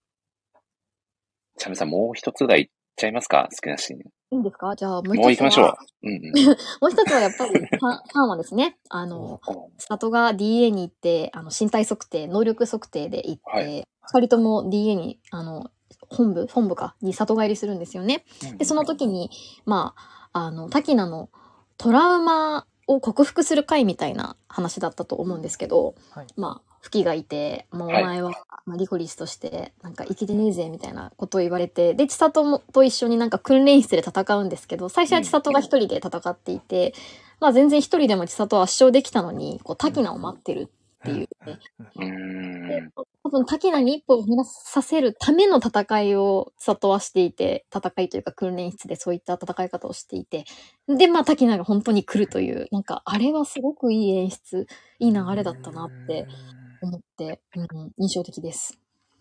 チャメさん、もう一つぐらいいっちゃいますか？好きなシーン。 いいんですか？じゃあもうもう一つは、 行きましょう。うんうん。 もう一つはやっぱりファンファンはですね、あの、 お千里が ディーエー に行って、あの、身体測定、能力測定で行っはい。 て、二人とも ディーエー に、あの、本部、本部か、に里帰りするんですよね。 うんうんで、その時に、まあ、あの、滝名のトラウマを克服する会みたいな話だったと思うんですけど、 はい。 まあ、吹きがいて、もうおはい。 前は、まあ、リコリスとして、なんか生きてねえぜ、みたいなことを言われて、で、千里もと一緒になんか訓練室で戦うんですけど、最初は千里が一人で戦っていて、まあ全然一人でも千里は圧勝できたのに、こう、滝名を待ってるっていうね。 うーん。 多分、滝名に一歩を踏み出させるための戦いを千里はしていて、戦いというか訓練室でそういった戦い方をしていて、で、まあ滝名が本当に来るという、なんか、あれはすごくいい演出、いい流れだったなって思って、うん、印象的です。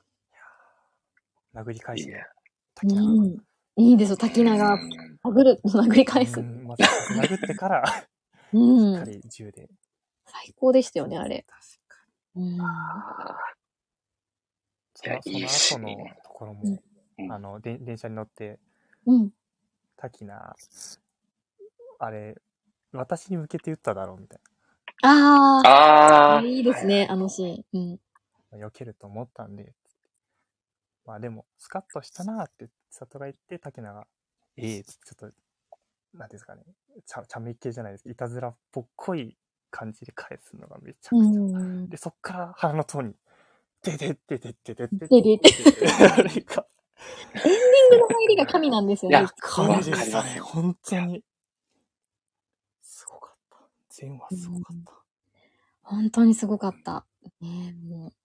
殴り返すね。 いいね。 滝名が。 うん。いいですよ、滝名がうん殴る、殴り返す。 うんまず殴ってから、 うんしっか。り銃で。 最高でしたよね、あれ。 確かうん。 あに。そのいやいいしその後のところも、 うんあの、で電車に乗って、 うん。 滝名、あれ、私に向けて言っただろうみたいあーあ、 あー。 いいですね、 はいはいあのシーン。うん。 な。避けると思ったんで、まあでも、スカッとしたなーって里が言って、滝名が、ええちょっと、なんですかね、ちゃ、ちゃめっ気じゃないですけど、いたずらっぽっこい感じで返すのがめちゃくちゃ。 うん。 で、そっから腹の塔に、でででででででででであれが、 エンディングの入りが神なんですよね。 いや神でわかりますしたね、本当に。すごかった。全話すごかった。 本当にすごかった。ねえ、もう。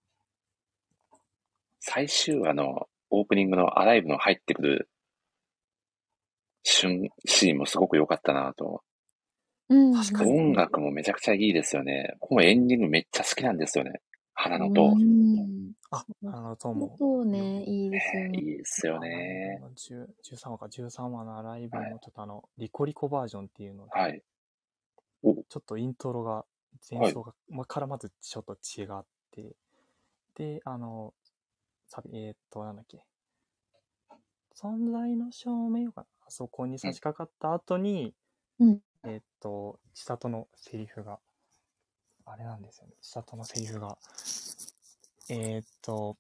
最終話のオープニングのアライブの入ってくる瞬、シーンもすごく良かったなと。 うん。 確かに音楽もめちゃくちゃいいですよね。僕もエンディングめっちゃ好きなんですよね。花のう塔。 ん。 あ、あの、とも。 そうね、いいですよねいね。 いですよね。 じゅう、じゅうさんわか、じゅうさんわのライブもちょっとあの、リコリコバージョンっていうので、 はい。お、 ちょっとイントロが、前奏が、まあからまずちょっと違って、で、あの、サビ、えーっと、なんだっけ。存在の証明かな。あそこに差し掛かった後に、 うん。 えーっと、千里のセリフが、あれなんですよね。千里のセリフが、えーっと、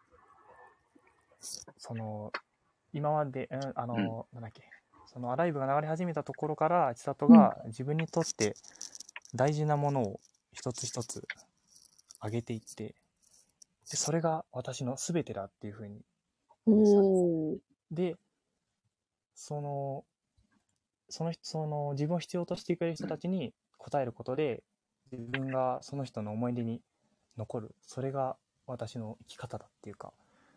その、今まで、うん、あの、なんだっけ。そのアライブが流れ始めたところから千里が自分にとって大事なものを一つ一つ上げていって、でそれが私の全てだっていう風におー。 でそのそのその自分を必要としてくれる人たちに応えることで自分がその人の思い出に残る、それが私の生き方だっていうか、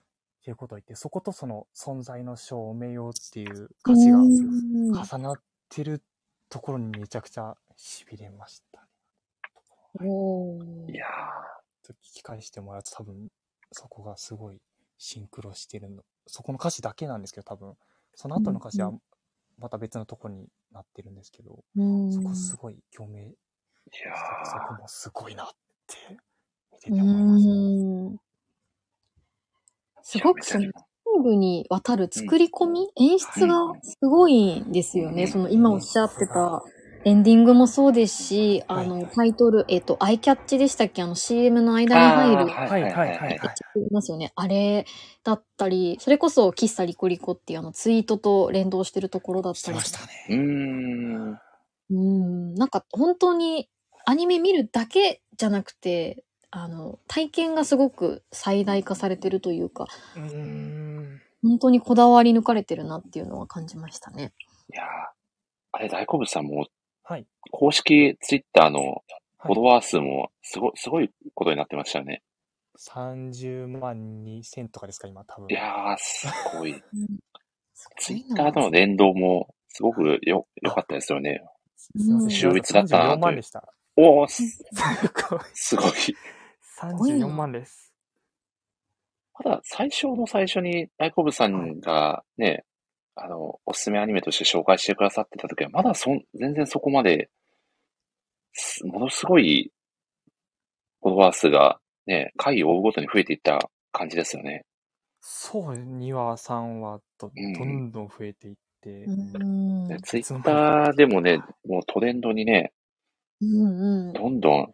ていうことを言って、そことその存在の証明よっていう歌詞が重なってるところにめちゃくちゃ痺れましたね。 おいやー。聞き返してもらうと多分そこがすごいシンクロしてるの。そこの歌詞だけなんですけど、多分その後の歌詞はまた別のところになってるんですけど、そこすごい共鳴してて、そこもすごいなって見てて思いました。 すごくその細部にわたる作り込み、うん、演出がすごいんですよね。うん、その今おっしゃってたエンディングもそうですし、あの、タイトル、えっと、アイキャッチでしたっけ？あの シーエム の間に入る。 はいはいはいはい。 いますよね。あれだったり、それこそ喫茶リコリコっていうあのツイートと連動してるところだったり。 してましたね。 うーん。 うーん。なんか本当にアニメ見るだけじゃなくて、あの、体験がすごく最大化されてるというか、 うーん、 本当にこだわり抜かれてるなっていうのは感じましたね。 いやー、あれ、大好物さんも、 はい、 公式ツイッターのフォロワー数もすご、はい、すごいことになってましたよね。 さんじゅうまんにせんとかですか、今、多分。 いやー、すごい。ツイッターとの連動もすごくよ、良かったですよね。 すいません、 秀逸だったなという。 さんじゅうよんまんでした。 おー、すごい。すごい。 さんじゅうよんまんです。 まだ最初の最初に大好物さんがね、はい、あの、おすすめアニメとして紹介してくださってた時は、まだそん、全然そこまで、ものすごい、フォロワー数がね、回を追うごとに増えていった感じですよね。 そう、にわ、さんわとどんどん増えていって、 うんうん、 ツイッターでもね、もうトレンドにね、 うんうん、 どんどん、うん、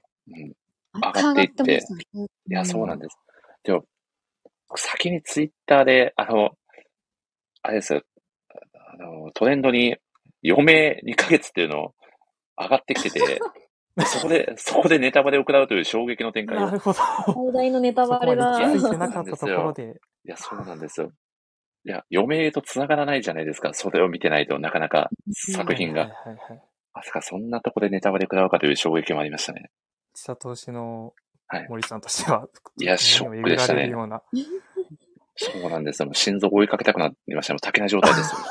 上がっていって、ってね、 いや、そうなんです。でも、先にツイッターで、あの、あれですよ、あの、トレンドに余命にかげつっていうの上がってきてて、そこで、そこでネタバレを食らうという衝撃の展開を。 なるほど。 最大のネタバレが。 そこまで気づいてなかったところで。 いや、そうなんですよ。いや、余命と繋がらないじゃないですか。それを見てないとなかなか作品が。まさかそんなとこでネタバレ食らうかという衝撃もありましたね。 千里推しの森さんとしては、 はい、いや、ショックでしたね。そうなんですよ。心臓を追いかけたくなりました。もう竹な状態ですよ。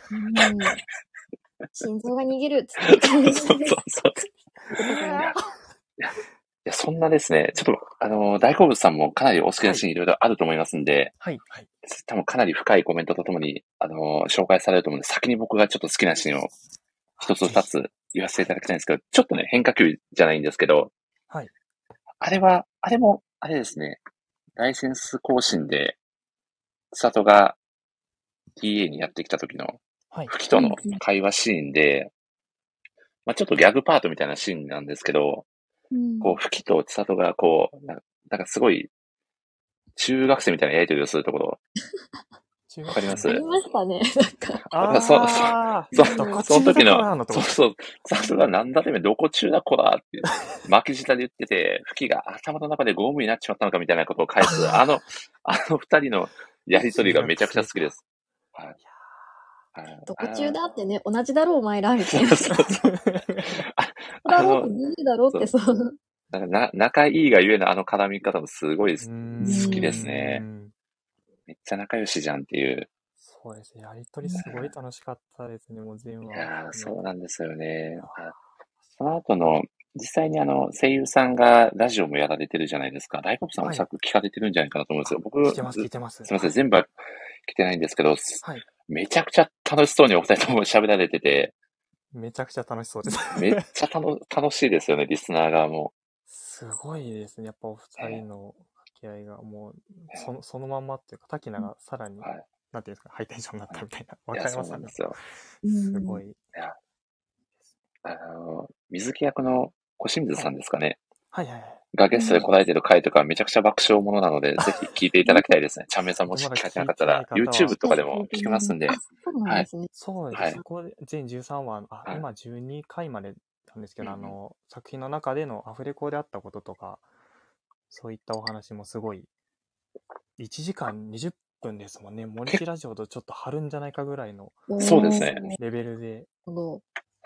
心臓が逃げるっつって。 そうそうそうそう。いや、いや、そんなですね、ちょっと、あの、大好物さんもかなりお好きなシーンいろいろあると思いますんで、 はい、はい。 多分かなり深いコメントとともに、あの、紹介されると思うので、先に僕がちょっと好きなシーンを一つ二つ言わせていただきたいんですけど、ちょっとね、変化球じゃないんですけど、 はい。 あれは、あれも、あれですね、ライセンス更新で、千里が ティーエー にやってきた時の、フキとの会話シーンで、まあちょっとギャグパートみたいなシーンなんですけど、うん、こう、フキと千里がこう、なんかすごい、中学生みたいなやりとりをするところ、わかります？ ありましたね。なんか。 ああ、そ、そ、その時の、そうそう、千里がなんだてめえどこ中だこらって、巻き舌で言ってて、フキが頭の中でゴムになっちまったのかみたいなことを返す、あの、あの二人のやりとりがめちゃくちゃ好きです。はい。 どこ中だってね、同じだろうお前らみたいな。 そうそうそう。 だろうって、いいだろうってそう。 なんかな仲いいがゆえのあの絡み方もすごい好きですね。めっちゃ仲良しじゃんっていう。 そうですね。やりとりすごい楽しかったですね、もう全部。 いやー、そうなんですよね。その後の、実際にあの、声優さんがラジオもやられてるじゃないですか。大黒さんおそらく聞かれてるんじゃないかなと思うんですよ。僕、 聞いてます、聞いてます。 すみません、全部は聞いてないんですけど、はい、めちゃくちゃ楽しそうにお二人とも喋られてて。 めちゃくちゃ楽しそうです。 めっちゃたの楽しいですよね、リスナー側も。 すごいですね。やっぱお二人の掛け合いがもう、えー、その、そのまんまっていうか、滝名がさらに、はい、なんていうんですか、ハイテンションになったみたいな。わ、はい、かりますよね。すごい。いや、 あの、水木役の小清水さんですかね。 はいはいはい。 がゲストで来られてる回とかめちゃくちゃ爆笑ものなので、ぜひ聞いていただきたいですね。ちゃんめさんもし聞かれてなかったら、YouTube とかでも聞けますんで。 はい。そうですね。そこで全じゅうさんわ、あ、今じゅうにかいまでなんですけど、あの、作品の中でのアフレコであったこととか、そういったお話もすごい、いちじかんにじゅっぷんですもんね。森木ラジオとちょっと張るんじゃないかぐらいの。 そうですね。 レベルで。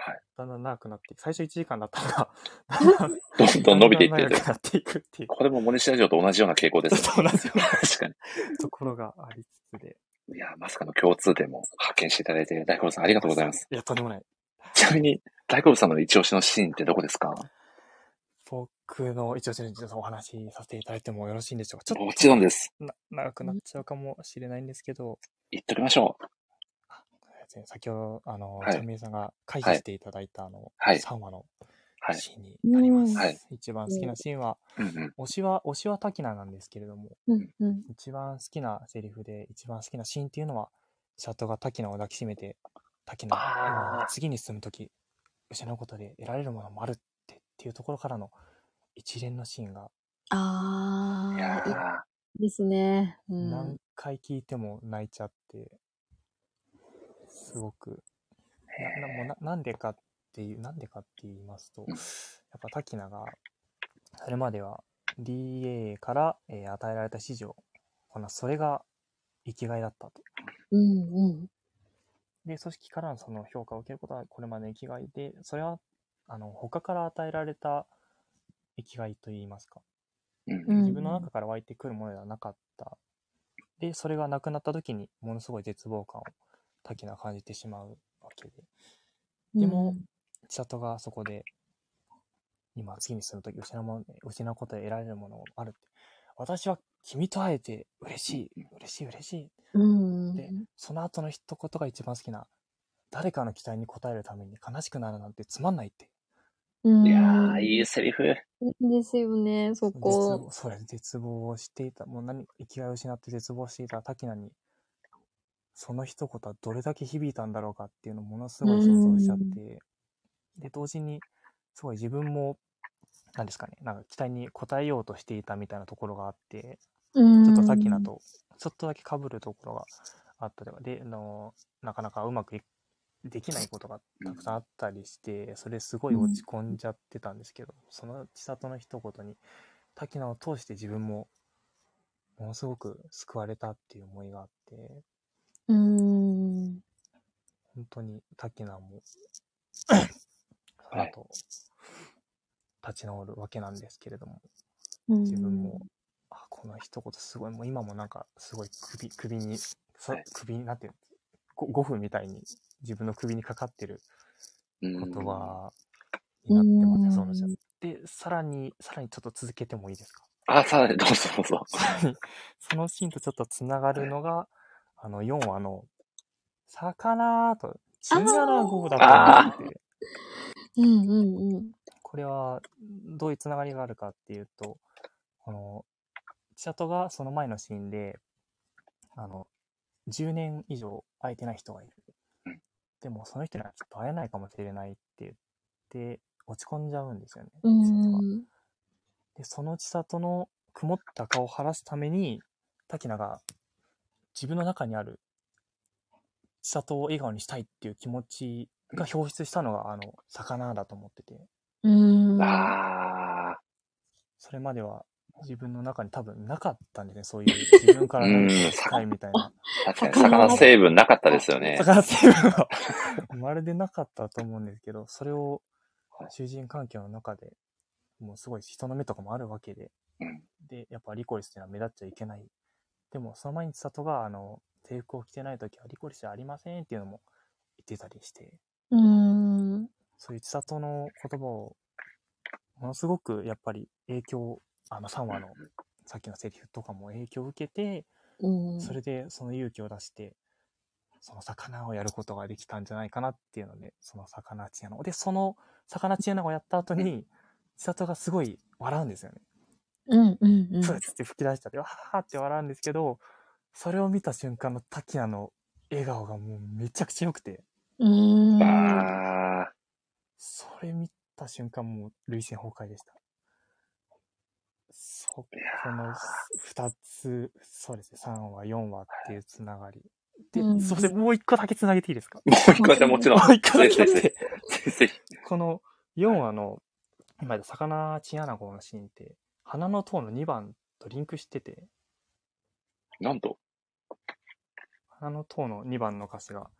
はい。 だんだん長くなっていく。最初いちじかんだったのが、 どんどん伸びていってるという。 だんだん長くなっていくっていう。 これもモニシラジオと同じような傾向ですよね。 同じような確かに。 ところがありつつで。 いや、まさかの共通点も発見していただいて、大好物さんありがとうございます。 いや、とんでもない。 ちなみに、大好物さんの一押しのシーンってどこですか？ 僕の一押しのちょっとお話しさせていただいてもよろしいんでしょうか。ちょっともちろんです。 な長くなっちゃうかもしれないんですけど、 言っときましょう。 先ほど、あの、 はいちゃんみーさんが回避していただいた、あの、 はいさんわのはい。 シーンになります。 はい一番好きなシーンは、 うんうん。 推しは、推しはタキナなんですけれども、 うんうん。 一番好きなセリフで、一番好きなシーンっていうのは、チャットがタキナを抱きしめて、タキナが今あー次に進むとき、失うことで得られるものもあるってっていうところからの一連のシーンがいやあー、いーいですね。うん。 何回聞いても泣いちゃって、すごく、ななもうななんでかっていう、なんでかって言いますと、 うんやっぱタキナが、それまでは ディーエー から、えー与えられた指示をこなす、それが生きがいだったと。 うんうん。 で、組織からのその評価を受けることはこれまでの生きがいで、それは、あの、他から与えられた生きがいといいますか、 うんうん自分の中から湧いてくるものではなかった。で、それがなくなった時に、ものすごい絶望感をタキナは感じてしまうわけで。でも、千里がそこで、今次に進むとき失うもの、失うことで得られるものもあるって。私は君と会えて嬉しい、嬉しい、嬉しい。 うん。 で、その後の一言が一番好きな。誰かの期待に応えるために悲しくなるなんてつまんないって。 うん。 いやー、いいセリフ。 いいですよね、そ絶こ。 望、それ、絶望をしていた。もう何、生きがいを失って絶望していたタキナに、その一言はどれだけ響いたんだろうかっていうのをものすごい想像しちゃって、で、同時に、すごい自分も、なんですかね、なんか期待に応えようとしていたみたいなところがあって、ちょっとタキナと、ちょっとだけ被るところがあったりとか、で、あの、なかなかうまくいできないことがたくさんあったりして、それすごい落ち込んじゃってたんですけど、その千里の一言に、タキナを通して自分も、ものすごく救われたっていう思いがあって、 うーん。 本当にタキナも、その後、立ち直るわけなんですけれども、自分も、あ、この一言すごい、もう今もなんかすごい首、首に、そはい首になってる、ごふんみたいに自分の首にかかってるうん言葉になってますね、 うんそのじゃ。で、さらに、さらにちょっと続けてもいいですか？ あ、さらにどうぞどうぞ。 さらに、そのシーンとちょっとつながるのが、あの、よんわの、魚と、チンアナゴだと思ってて、 うんうんうん。 これは、どういうつながりがあるかっていうと、この、千里がその前のシーンで、あの、じゅうねん以上会えてない人がいる。 うんでも、その人にはきっと会えないかもしれないって言って、落ち込んじゃうんですよね、 う千里が。 ん。 で、その千里の曇った顔を晴らすために、タキナが自分の中にある千里を笑顔にしたいっていう気持ちが表出したのが、あの、魚だと思ってて、 うん。 あそれまでは自分の中に多分なかったんですね、そういう自分から何かをしたいみたいな。 ー、確かに魚成分なかったですよね。 魚成分はまるでなかったと思うんですけど、それを囚人環境の中でもうすごい人の目とかもあるわけで、 うんで、やっぱリコリスっていうのは目立っちゃいけない。でも、その前に千里が、あの、制服を着てないときはリコリスじゃありませんっていうのも言ってたりして、 うん。 そういう千里の言葉を、ものすごくやっぱり影響、あのさんわのさっきのセリフとかも影響を受けて、 うん。 それでその勇気を出して、その魚をやることができたんじゃないかなっていうので、その魚チアナゴ。で、その魚チアナゴをやった後に、千里がすごい笑うんですよね。 うんうんうん。 プーツって吹き出しちゃって、わーって笑うんですけど、それを見た瞬間のタキナの笑顔がもうめちゃくちゃ良くて、 うん。 あー、 それ見た瞬間もう涙腺崩壊でした。そこの二つ、そうですね、さんわ、よんわっていうつながり。で、 うんすいません、もう一個だけつなげていいですか？ もう一個だけもちろん。 もう一個だけあっぜひぜて、 ひぜひ。 このよんわの、今言った魚チンアナゴのシーンって、花の塔のにばんとリンクしてて、 なんと。 花の塔のにばんの歌詞が、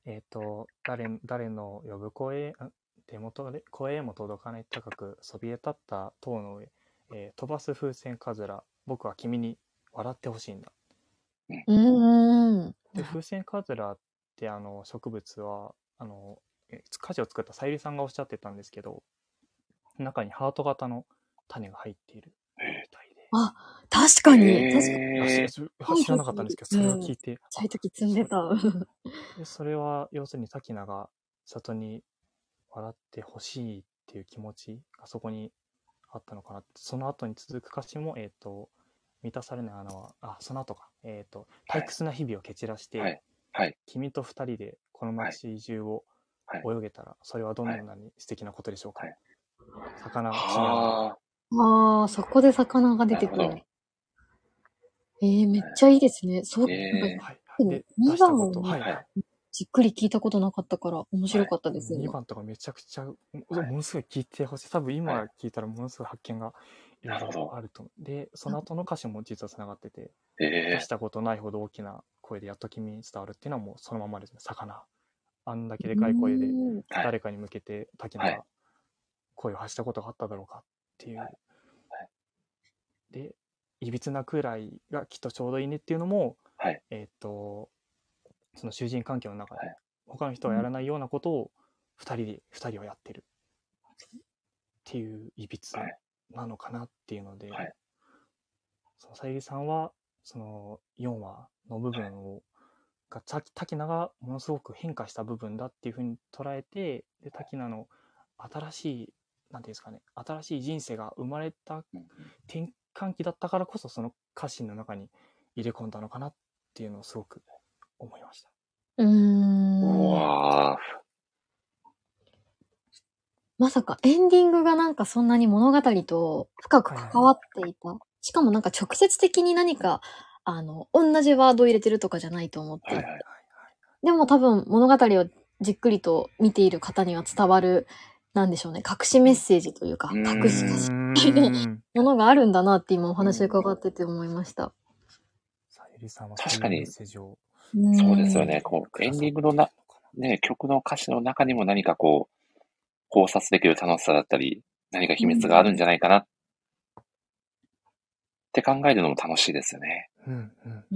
えっ、と、誰、誰の呼ぶ声、あ手元で声へも届かない高くそびえ立った塔の上、えー飛ばす風船かずら、僕は君に笑ってほしいんだ。 うーん。 で、風船かずらってあの植物は、あの、え歌詞を作ったさゆりさんがおっしゃってたんですけど、中にハート型の種が入っているみたいで。 あ、確かに。確かに。 あしへえ。 し知らなかったんですけど、それを聞いて、 ちゃい時積んでた。 でそれは要するに滝名が里に笑ってほしいっていう気持ちがそこにあったのかな。その後に続く歌詞も、えっ、と、満たされない穴は、あ、その後か。えっ、と、退屈な日々を蹴散らして、 はい。はい。 君と二人でこの街中をはい。 泳げたら、それはどんなに素敵なことでしょうか。 はい。 魚、チンアナはああ、そこで魚があ。 出てくる。 なるほど。 えー、めっちゃいいですね。そう、 えなんか、 え。 はい。 でもで、 に出したこと、 ばんをはい。 はい。 じっくり聞いたことなかったから面白かったです、 に今。 ばんとかめちゃくちゃ、もものすごい聞いてほしい。多分今はい聞いたらものすごい発見がいろいろなるほど。 あると思う。で、その後の歌詞も実はつながってて、 え出え。 したことないほど大きな声でやっと君に伝わるっていうのはもうそのままですね。魚。あんだけでかい声でうーんはい。 誰かに向けて滝野はい。 が声を発したことがあっただろうかっていう。 はい。 で、いびつなくらいがきっとちょうどいいねっていうのも、 はい。 えーっと、その囚人関係の中ではい。 他の人はやらないようなことを二人で、二人はやってるっていういびつはい。 なのかなっていうので、 はい。 そのさゆりさんはそのよんわの部分をが滝名がものすごく変化した部分だっていうふうに捉えて、で滝名の新しいなんていうんですかね、新しい人生が生まれたうん転換期だったからこそその歌詞の中に入れ込んだのかなっていうのをすごく思いました。 うーん。 うわまさかエンディングがなんかそんなに物語と深く関わっていた。しかもなんか直接的に何か、あの、同じワードを入れてるとかじゃないと思っていて。 はいはい。 でも多分物語をじっくりと見ている方には伝わる、なんでしょうね、隠しメッセージというか、 うーん隠し歌詞みたいなものがあるんだなって今お話伺ってて思いました。 さゆりさんは確かにそういうメッセージをそうですよね。 ね。こう、エンディングのな、ね、曲の歌詞の中にも何かこう、考察できる楽しさだったり、何か秘密があるんじゃないかなって考えるのも楽しいですよね。 うんうん。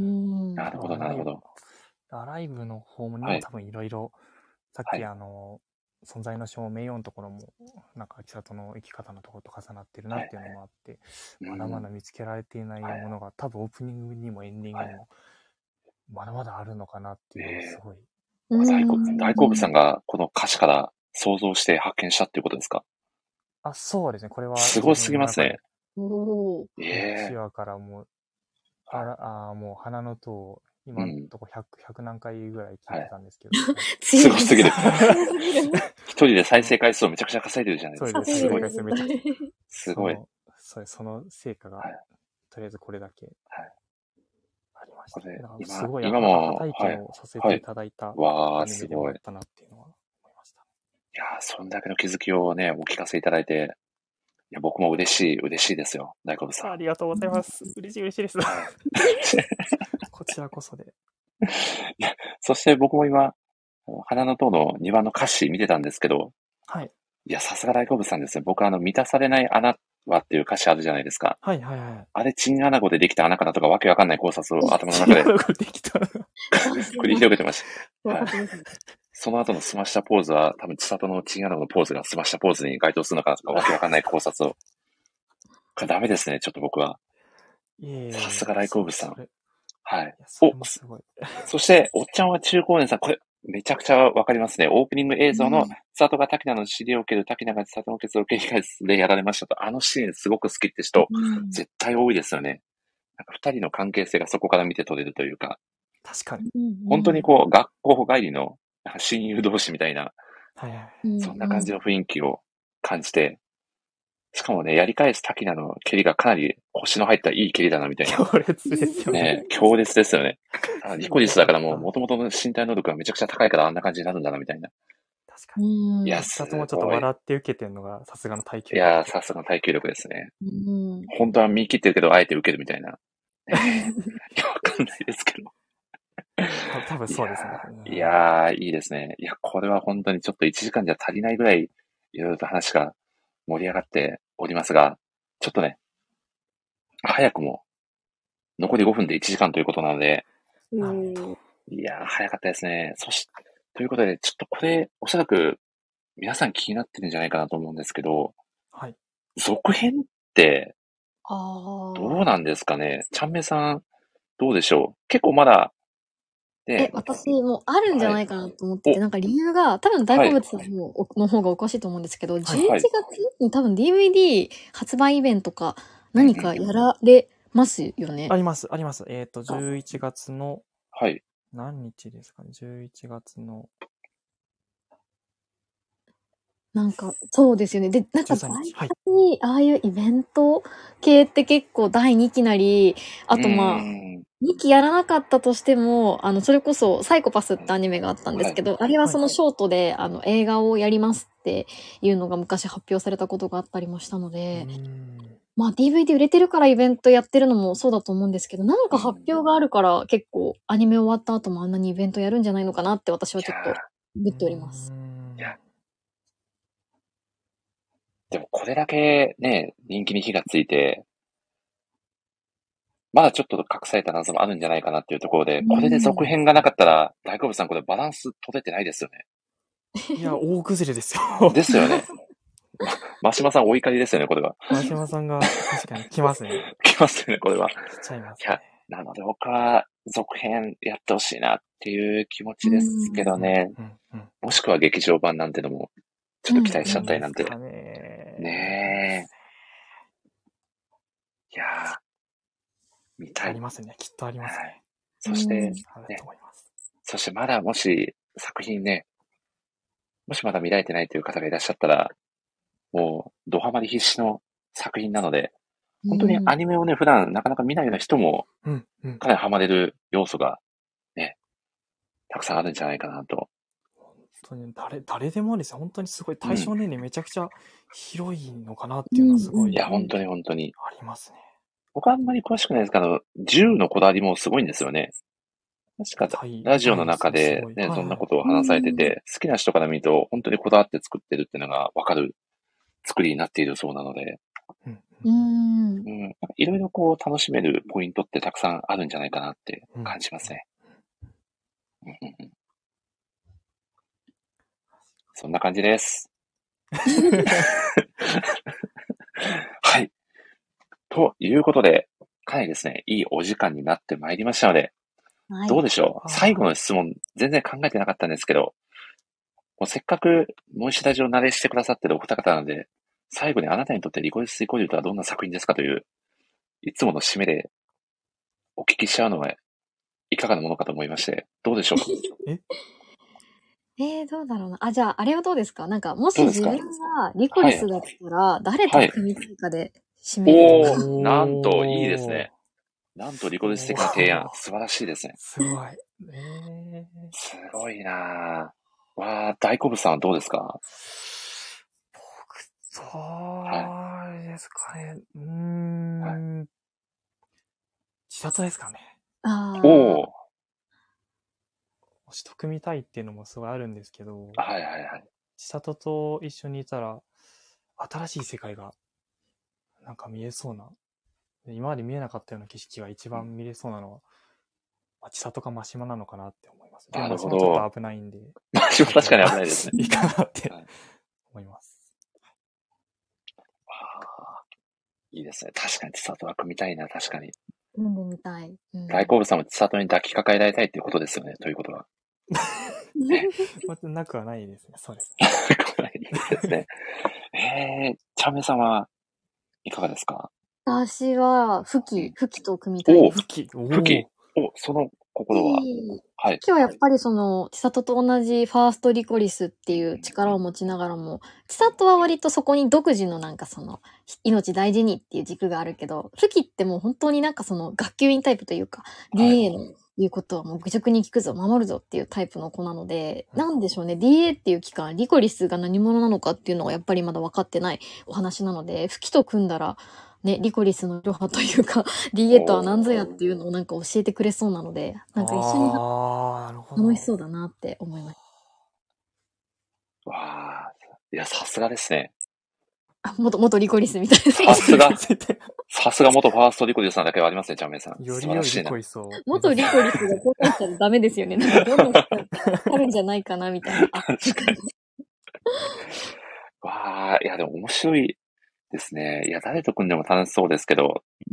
なるほど、なるほど。 アライブの方にはいも多分いろいろ、さっはいきあの、存在の証明のところも、なんか、千里の生き方のところと重なってるなっていうのもあって、まだまだ見つけられていないものが、多分オープニングにもエンディングにも、まだまだあるのかなっていうのをすごい。 うん大好大好物さんがこの歌詞から想像して発見したっていうことですか？ あ、そうですね。これはすごすぎますね。 おー。 ええいちわからもう、あら、あもう花の塔を今のとこひゃく、ひゃく何回ぐらい聞いてたんですけど。 すごすぎる。 強すぎる。 一人で再生回数をめちゃくちゃ稼いでるじゃないですか。 そうです。 すごい。 再生回数めちゃくちゃ。 すごい。 そのそその成果が、 はいとりあえずこれだけはいありました。 これだから今すごい今も体験をさせていただいたわあ、 アニメすごい。いでもあったなっていうのは思いました。 やー、そんだけの気づきをね、お聞かせいただいて、いや僕も嬉しい、嬉しいですよ。大好物さん。 ありがとうございます。嬉しい嬉しいです。こちらこそで。 そして僕も今、花の塔のにばんの歌詞見てたんですけど、 はい。 いや、さすが大好物さんですね。僕あの、満たされない穴はっていう歌詞あるじゃないですか。 はいはいはい。 あれ、チンアナゴでできた穴かなとかわけわかんない考察を頭の中でできた。 繰り広げてました。はい、その後のスマッシャーポーズは、多分、千里のチンアナゴのポーズがスマッシャーポーズに該当するのかなとか、わけわかんない考察を。これダメですね、ちょっと僕は。さすが大好物さん。はい。お、そして、おっちゃんは中高年さん、これ、めちゃくちゃわかりますね。オープニング映像の、千里が滝名の尻を蹴る、滝名が千里のケツを蹴り返すでやられましたと、あのシーンすごく好きって人、絶対多いですよね。なんか二人の関係性がそこから見て取れるというか。 確かに。 本当にこう、学校帰りの親友同士みたいな、 はいはい、 そんな感じの雰囲気を感じて、しかもね、やり返す滝名の蹴りがかなり腰の入ったいい蹴りだなみたいな。 強烈ですよね。 ね強烈ですよね。あニコリスだからもう元々の身体能力がめちゃくちゃ高いからあんな感じになるんだなみたいな。 確かに。 いや、 すごい。もちょっと笑って受けてるのがさすがの耐久力。いや、さすがの耐久力ですね。 うん、 本当は見切ってるけど、あえて受けるみたいな。いや、わかんないですけど。 多多分そうですね。 いやー、いいですね。いや、これは本当にちょっといちじかんじゃ足りないぐらい、いろいろと話が盛り上がっておりますが、ちょっとね、早くも、残りごふんでいちじかんということなので、 うんいやー、早かったですね。そし、ということで、ちょっとこれ、おそらく、皆さん気になってるんじゃないかなと思うんですけど、 はい。 続編って、 あどうなんですかね。ちゃんめさん、どうでしょう。結構まだ、 え、 ね、 私もうあるんじゃないかなと思ってて、 おなんか理由が、多分大好物さんのの方がおかしいと思うんですけど、じゅういちがつに多分 ディーブイディー 発売イベントか何かやられますよね。 あります、あります。えっと、じゅういちがつの、 はい。 何日ですかね。じゅういちがつの、 なんか、そうですよね。で、なんかじゅうさんにち。はい。 に、ああいうイベント系って結構だいにきなり、あとまあ、にきやらなかったとしても、あの、それこそサイコパスってアニメがあったんですけど、はい、あれはそのショートで、あの、映画をやりますっていうのが昔発表されたことがあったりもしたので、まあ ディーブイディー 売れてるからイベントやってるのもそうだと思うんですけど、なんか発表があるから結構アニメ終わった後もあんなにイベントやるんじゃないのかなって私はちょっと思っております。 いやでもこれだけね、人気に火がついて、まだちょっと隠された謎もあるんじゃないかなっていうところで、これで続編がなかったら、大好物さんこれバランス取れてないですよね。 いや、大崩れですよ。 ですよね。マシマさんお怒りですよね、これは。 マシマさんが確かに来ますね。 来ますよね、これは。 来ちゃいますね。 いや、なので僕は続編やってほしいなっていう気持ちですけどね。もしくは劇場版なんてのも、ちょっと期待しちゃったりなんて。うん、ね, ねえ。いやー、見たい。 ありますね。きっとありますね。はい、 そして、ね、 と思います。 そしてまだもし作品ね、もしまだ見られてないという方がいらっしゃったら、もう、ドハマり必至の作品なので、本当にアニメをね、普段なかなか見ないような人も、かなりハマれる要素が、ね、たくさんあるんじゃないかなと。 本当に誰、誰でもですね、本当にすごい対象年齢めちゃくちゃ広いのかなっていうのはすごい、 いや、本当に本当に。 ありますね。 僕はあんまり詳しくないですけど、銃のこだわりもすごいんですよね。確か、ラジオの中でね、そんなことを話されてて、好きな人から見ると、本当にこだわって作ってるっていうのがわかる作りになっているそうなので、 うん。 うん。いろいろこう楽しめるポイントってたくさんあるんじゃないかなって感じますね。うんうんうん、そんな感じです。はい。ということで、かなりですね、いいお時間になってまいりましたので、はい、どうでしょう。最後の質問、全然考えてなかったんですけど、もうせっかくモイシラジオ慣れしてくださってるお二方なので、最後にあなたにとってリコリス・リコリューとはどんな作品ですかという、いつもの締めでお聞きしちゃうのはいかがなものかと思いまして、どうでしょうか。 ええー、どうだろうな。あ、じゃあ、あれはどうですか？なんか、もし自分がリコリスだったら、はい、誰と組みたいかで締めるとか、 はい、おー、なんと、いいですね。なんとリコリス的な提案、素晴らしいですね。 すごい。えー、 すごいなぁ。わー、大好物さんはどうですか？ 僕、そうですかね。うーん。はい、千里ですかね。 あおー。 もしと組みたいっていうのもすごいあるんですけど、 はいはいはい。 千里と一緒にいたら、新しい世界が、なんか見えそうな、今まで見えなかったような景色が一番見れそうなのは、まあ、千里か真島なのかなって思います。でも真島ちょっと危ないんで。 真島確かに危ないですね。 いいかなって思います。 はあ、いいですね。確かに千里は組みたいな、確かに。 飲んでみたい。 うん、大好物さんも千里に抱きかかえられたいっていうことですよね、ということは。 なくはないですね。そうです、 ね。なくはないですね。えー、チャメさんはいかがですか？ 私は、フキ、フキと組みたいです。 フキ、フキ。お、その心は、 はい。フキはやっぱりその、千里と同じファーストリコリスっていう力を持ちながらも、千里は割とそこに独自のなんかその、命大事にっていう軸があるけど、フキってもう本当になんかその、学級委員タイプというか、ディーエー の言うことはもう愚直に聞くぞ、守るぞっていうタイプの子なので、なんでしょうね、ディーエー っていう期間、リコリスが何者なのかっていうのがやっぱりまだ分かってないお話なので、フキと組んだら、 ね、リコリスのいろはというか、ディーエットは何ぞやっていうのをなんか教えてくれそうなので、なんか一緒にああ、なるほど。 楽しそうだなって思いました。 わあ、いや、さすがですね。 あ、元、元リコリスみたいさな。 すが、さすが元ファーストリコリスさんだけはありますね、ちゃんめいさん。 より良い素晴らしいな。 リコリスを。 元リコリスがこうなったらダメですよね。なんかどんどん人あるんじゃないかなみたいな。 確かに。わあ、いや、でも面白いですね。いや、誰と組んでも楽しそうですけど、 うん。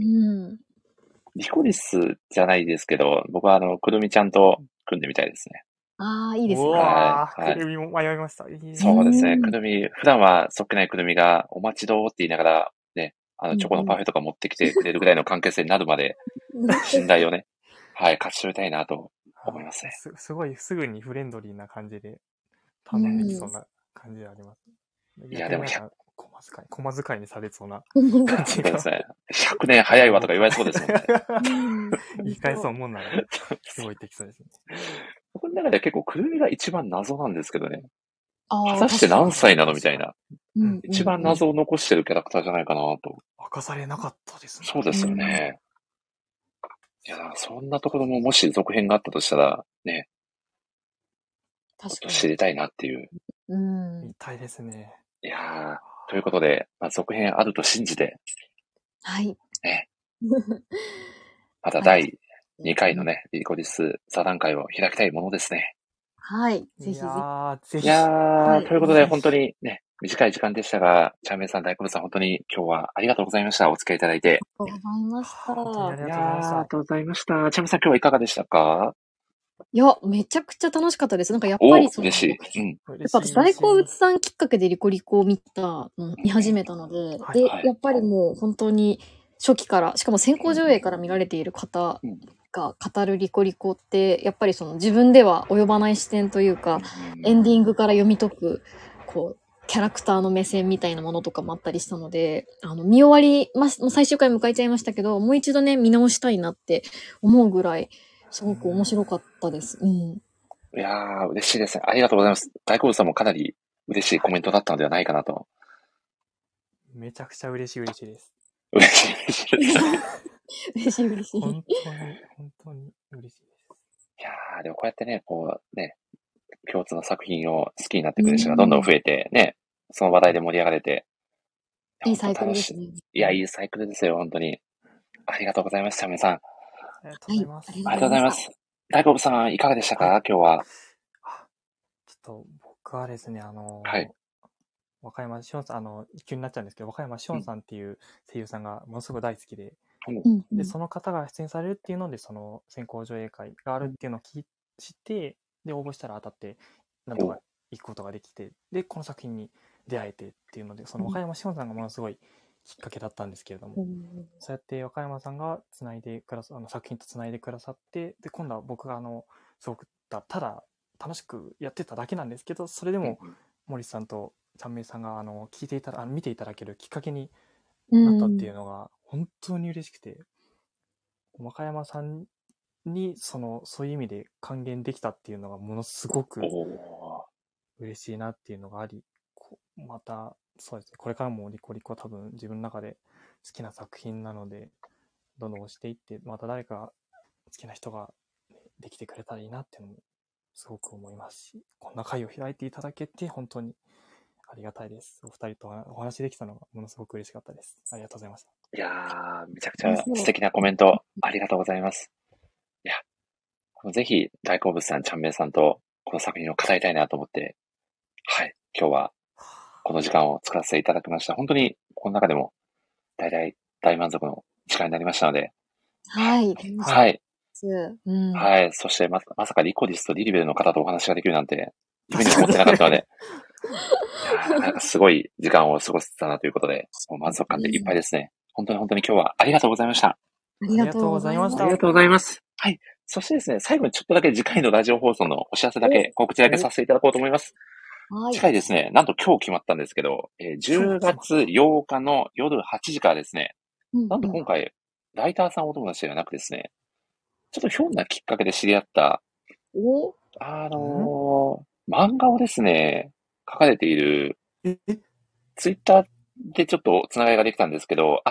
リコリスじゃないですけど、僕はあの、くるみちゃんと組んでみたいですね。 ああ、いいですうね。 わー、 はいはいくるみも迷いました。いいそうですね。 うんくるみ、普段はそっけないくるみが、お待ちどうって言いながら、ね、あの、チョコのパフェとか持ってきてくれるぐらいの関係性になるまで、信頼をね、はい、勝ち取りたいなと思いますね。 すすごい、すぐにフレンドリーな感じで、頼んできそうな感じであります。 いやでも逆になんか小遣い、小遣いにされそうなうん感じが。 そうですね。ひゃくねん早いわとか言われそうですもんね。 うん言い返そうもんなら、すごいできそうですね。 僕の中では結構くるみが一番謎なんですけどね。 ああ、 果たして何歳なのみたいな。 うん一番謎を残してるキャラクターじゃないかなと。 明かされなかったですね。 そうですよね。いや、そんなところももし続編があったとしたら、ね、もっと知りたいなっていう。 うん。 言いたいですね。 いやー、ということで、まあ、続編あると信じて、 はい。 ね。まただいにかいのね、リコリス座談会を開きたいものですね。 はい。ぜひぜひ。 いやー、ぜひ。 いやー、 はいということで本当にね、短い時間でしたが、チャンメイさん、大久保さん、本当に今日はありがとうございました。お付き合いいただいて。 ありがとうございました。 本当にありいがとうございました。 やー、ありがとうございました。チャンメイさん、今日はいかがでしたか？ いや、めちゃくちゃ楽しかったです。なんかやっぱお、 りその、 嬉しい。うん。 やっぱ私大好物さんきっかけでリコリコを見たの、見始めたので、 はいで、 はいやっぱりもう本当に初期から、しかも先行上映から見られている方うんが語るリコリコって、やっぱりその自分では及ばない視点というか、エンディングから読み解く、こう、キャラクターの目線みたいなものとかもあったりしたので、あの、見終わります、もう最終回迎えちゃいましたけど、もう一度ね、見直したいなって思うぐらい、すごく面白かったです。うん。 いやー、嬉しいですね。ありがとうございます。大久保さんもかなり嬉しいコメントだったのではないかなと。 めちゃくちゃ嬉しい嬉しいです。 嬉しい、嬉しいですね。 嬉しい嬉しい。 本当に、本当に嬉しいです。 いやー、でもこうやってね、こうね、共通の作品を好きになってくれる人がどんどん増えて、ね、その話題で盛り上がれて。 いいサイクルですね。 いや、いいサイクルですよ、本当に。ありがとうございます、チャンメイさん。 ありがとうございます。 はい、 ありがとうございます。大久保さん、いかがでしたか、 はい、 今日は。 あ、ちょっと僕はですね、あの、 はい。 和歌山志音さん、あの、急になっちゃうんですけど、和歌山志音さんっていう声優さんがものすごく大好きで、 うん、 で、その方が出演されるっていうので、その先行上映会があるっていうのを聞い知って、で、応募したら当たって、なんとか行くことができて、で、この作品に出会えてっていうので、その和歌山志音さんがものすごいきっかけだったんですけれども、うん、そうやって和歌山さんがつないでくださ、あの作品とつないでくださって、で、今度は僕があの、すごくただ楽しくやってただけなんですけど、それでも森さんとちゃんめいさんがあの聞いていただ、あの見ていただけるきっかけになったっていうのが本当に嬉しくて、うん、和歌山さんにそのそういう意味で還元できたっていうのがものすごく嬉しいなっていうのがあり、またそうですね、これからもリコリコ多分自分の中で好きな作品なので、どんどん押していって、また誰か好きな人ができてくれたらいいなっていうのもすごく思いますし、こんな会を開いていただけて本当にありがたいです。お二人とお話できたのがものすごく嬉しかったです。ありがとうございました。 いやー、めちゃくちゃ素敵なコメントありがとうございます。いや、ぜひ大好物さん、ちゃんめいさんとこの作品を語りたいなと思って、はい、今日はこの時間を作らせていただきました。本当にこの中でも大大大満足の時間になりましたので、 はい。 はい。 うん、 はい。そしてま、まさかリコリスとリリベルの方とお話ができるなんて、夢にも思ってなかったので、いやなんかすごい時間を過ごせたなということで、もう満足感でいっぱいですね。本当に本当に今日はありがとうございました。 ありがとうございました。 ありがとうございます。はい。そしてですね、最後にちょっとだけ次回のラジオ放送のお知らせだけ、告知だけさせていただこうと思います。はい、次回ですね、なんと今日決まったんですけど、えー、じゅうがつようかの夜はちじからですね、なんと今回、ライターさんお友達ではなくですね、ちょっとひょんなきっかけで知り合った、おあのー、漫画をですね、書かれている、ツイッターでちょっとつながりができたんですけど、あ、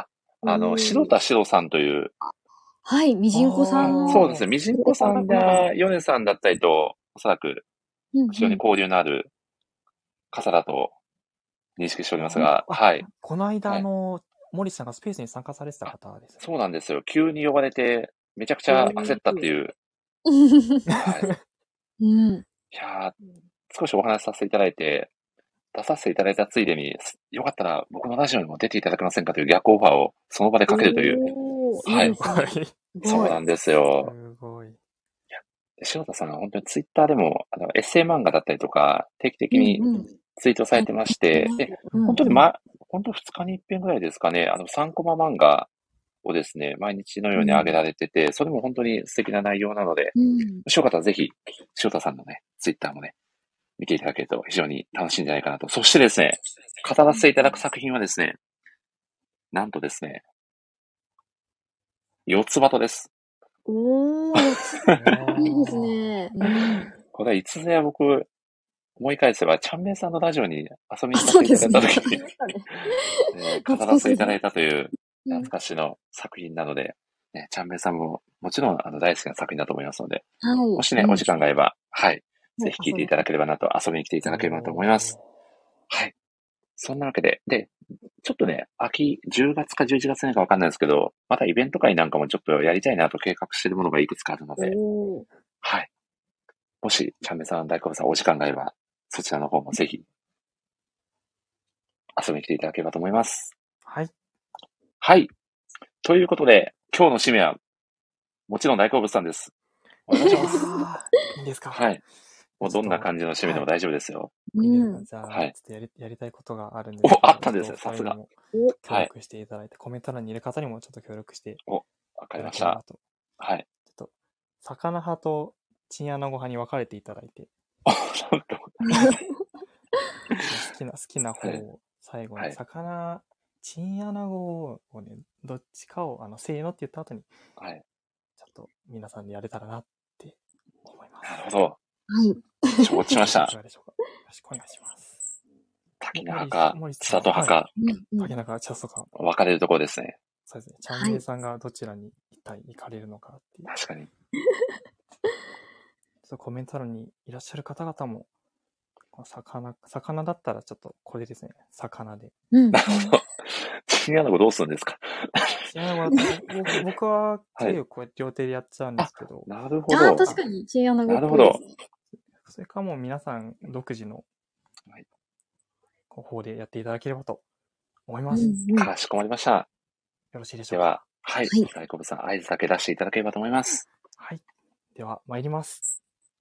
あの、白田史郎さんという、 はい、みじんこさんの。 そうですね、みじんこさんが、ヨネさんだったりと、おそらく、非常に交流のある方だと認識しておりますが、はい。 この間、あの、森さんがスペースに参加されてた方ですね。 そうなんですよ。急に呼ばれて、めちゃくちゃ焦ったっていう。はい。うん。いやー、少しお話しさせていただいて、出させていただいたついでに、よかったら僕のラジオにも出ていただけませんかという逆オファーをその場でかけるという。はい。 いいですね、 そうなんですよ。 すごい。いや、塩田さんは本当にツイッターでも、あの、エッセイ漫画だったりとか、定期的にツイートされてまして、うんうん、で、本当にま、本当ふつかに一遍ぐらいですかね、あの、さんコマ漫画をですね、毎日のように上げられてて、うん、それも本当に素敵な内容なので、うん、もしよかったらぜひ、塩田さんのね、ツイッターもね、見ていただけると非常に楽しいんじゃないかなと。そしてですね、語らせていただく作品はですね、なんとですね、四つ葉とです。 おー、いいですね。うん、 これはいつぞや僕、思い返せば、ちゃんめいさんのラジオに遊びに行かせていただいたときに、ねえー、語らせていただいたという懐かしの作品なので、ね、ちゃんめいさんももちろんあの大好きな作品だと思いますので、はい、もしね、うん、お時間があれば、はい、ぜひ聞いていただければなと、遊びに来ていただければなと思います。はい。そんなわけで、で、ちょっとね、秋、じゅうがつかじゅういちがつにかわかんないですけど、またイベント会なんかもちょっとやりたいなと計画しているものがいくつかあるので、はい。もし、ちゃんめいさん、大好物さん、お時間があれば、そちらの方もぜひ、遊びに来ていただければと思います。 はい。 はい。ということで、今日の締めは、もちろん大好物さんです。お願いします。 いいですか。 はい。もうどんな感じの締めでも大丈夫ですよ。 はい、いいですか。じゃあ、はい、ちょっとやり、やりたいことがあるんですけど。 お、あったんですよ、さすが。 協力していただいて、はい、コメント欄にいる方にもちょっと協力していただければと。 お、わかりました。はい。 ちょっと、魚派とチンアナゴ派に分かれていただいて。 なんと。 好きな、好きな方を最後に、はい、魚、チンアナゴをね、どっちかを、あの、せーのって言った後に、はい。ちょっと皆さんでやれたらなって思います。 なるほど。はい。承知しました。 いかがでしょうか。よろしくお願いします。 滝菜派か、千里派か。 滝菜か、千里か。 分かれるところですね。 そうですね。ちゃんめいさんがどちらに一体行かれるのかっていう。 確かに。 ちょっとコメント欄にいらっしゃる方々も、魚、魚だったらちょっとこれですね。魚で。 うん。なるほど。チンアナゴどうするんですか？ チンアナゴだったら、僕, 僕は手をこうやって両手でやっちゃうんですけど。 はい、なるほど。 あ、確かにチンアナゴっぽい。 なるほど。 それかもう皆さん独自の方法でやっていただければと思います。 うんうん、かしこまりました。よろしいでしょうか。 では、はい。大好物さん、合図だけ出していただければと思います。 はい。では、参ります。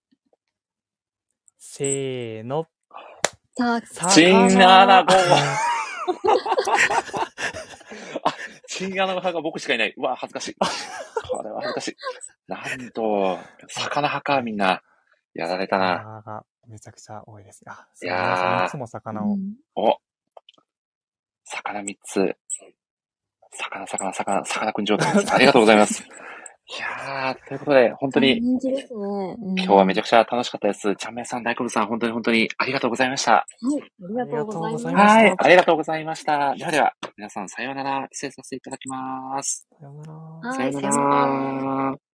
せーの。 チンアナゴあ、チンアナゴ派が僕しかいない。うわ、恥ずかしい。これは恥ずかしい。なんと、魚派か、みんな。やられたな。 魚がめちゃくちゃ多いですが。 いやー。 いつも魚を。 お。魚みっつ。魚、魚、魚、魚くん状態です。ありがとうございます。いやー、ということで、本当に、 人気ですね。うん、 今日はめちゃくちゃ楽しかったです。ちゃんめいさん、大好物さん、本当に本当にありがとうございました。はい、ありがとうございました。 はい、ありがとうございました。ではでは、皆さん、さようなら、失礼させていただきます。 さようなら。 さようなら。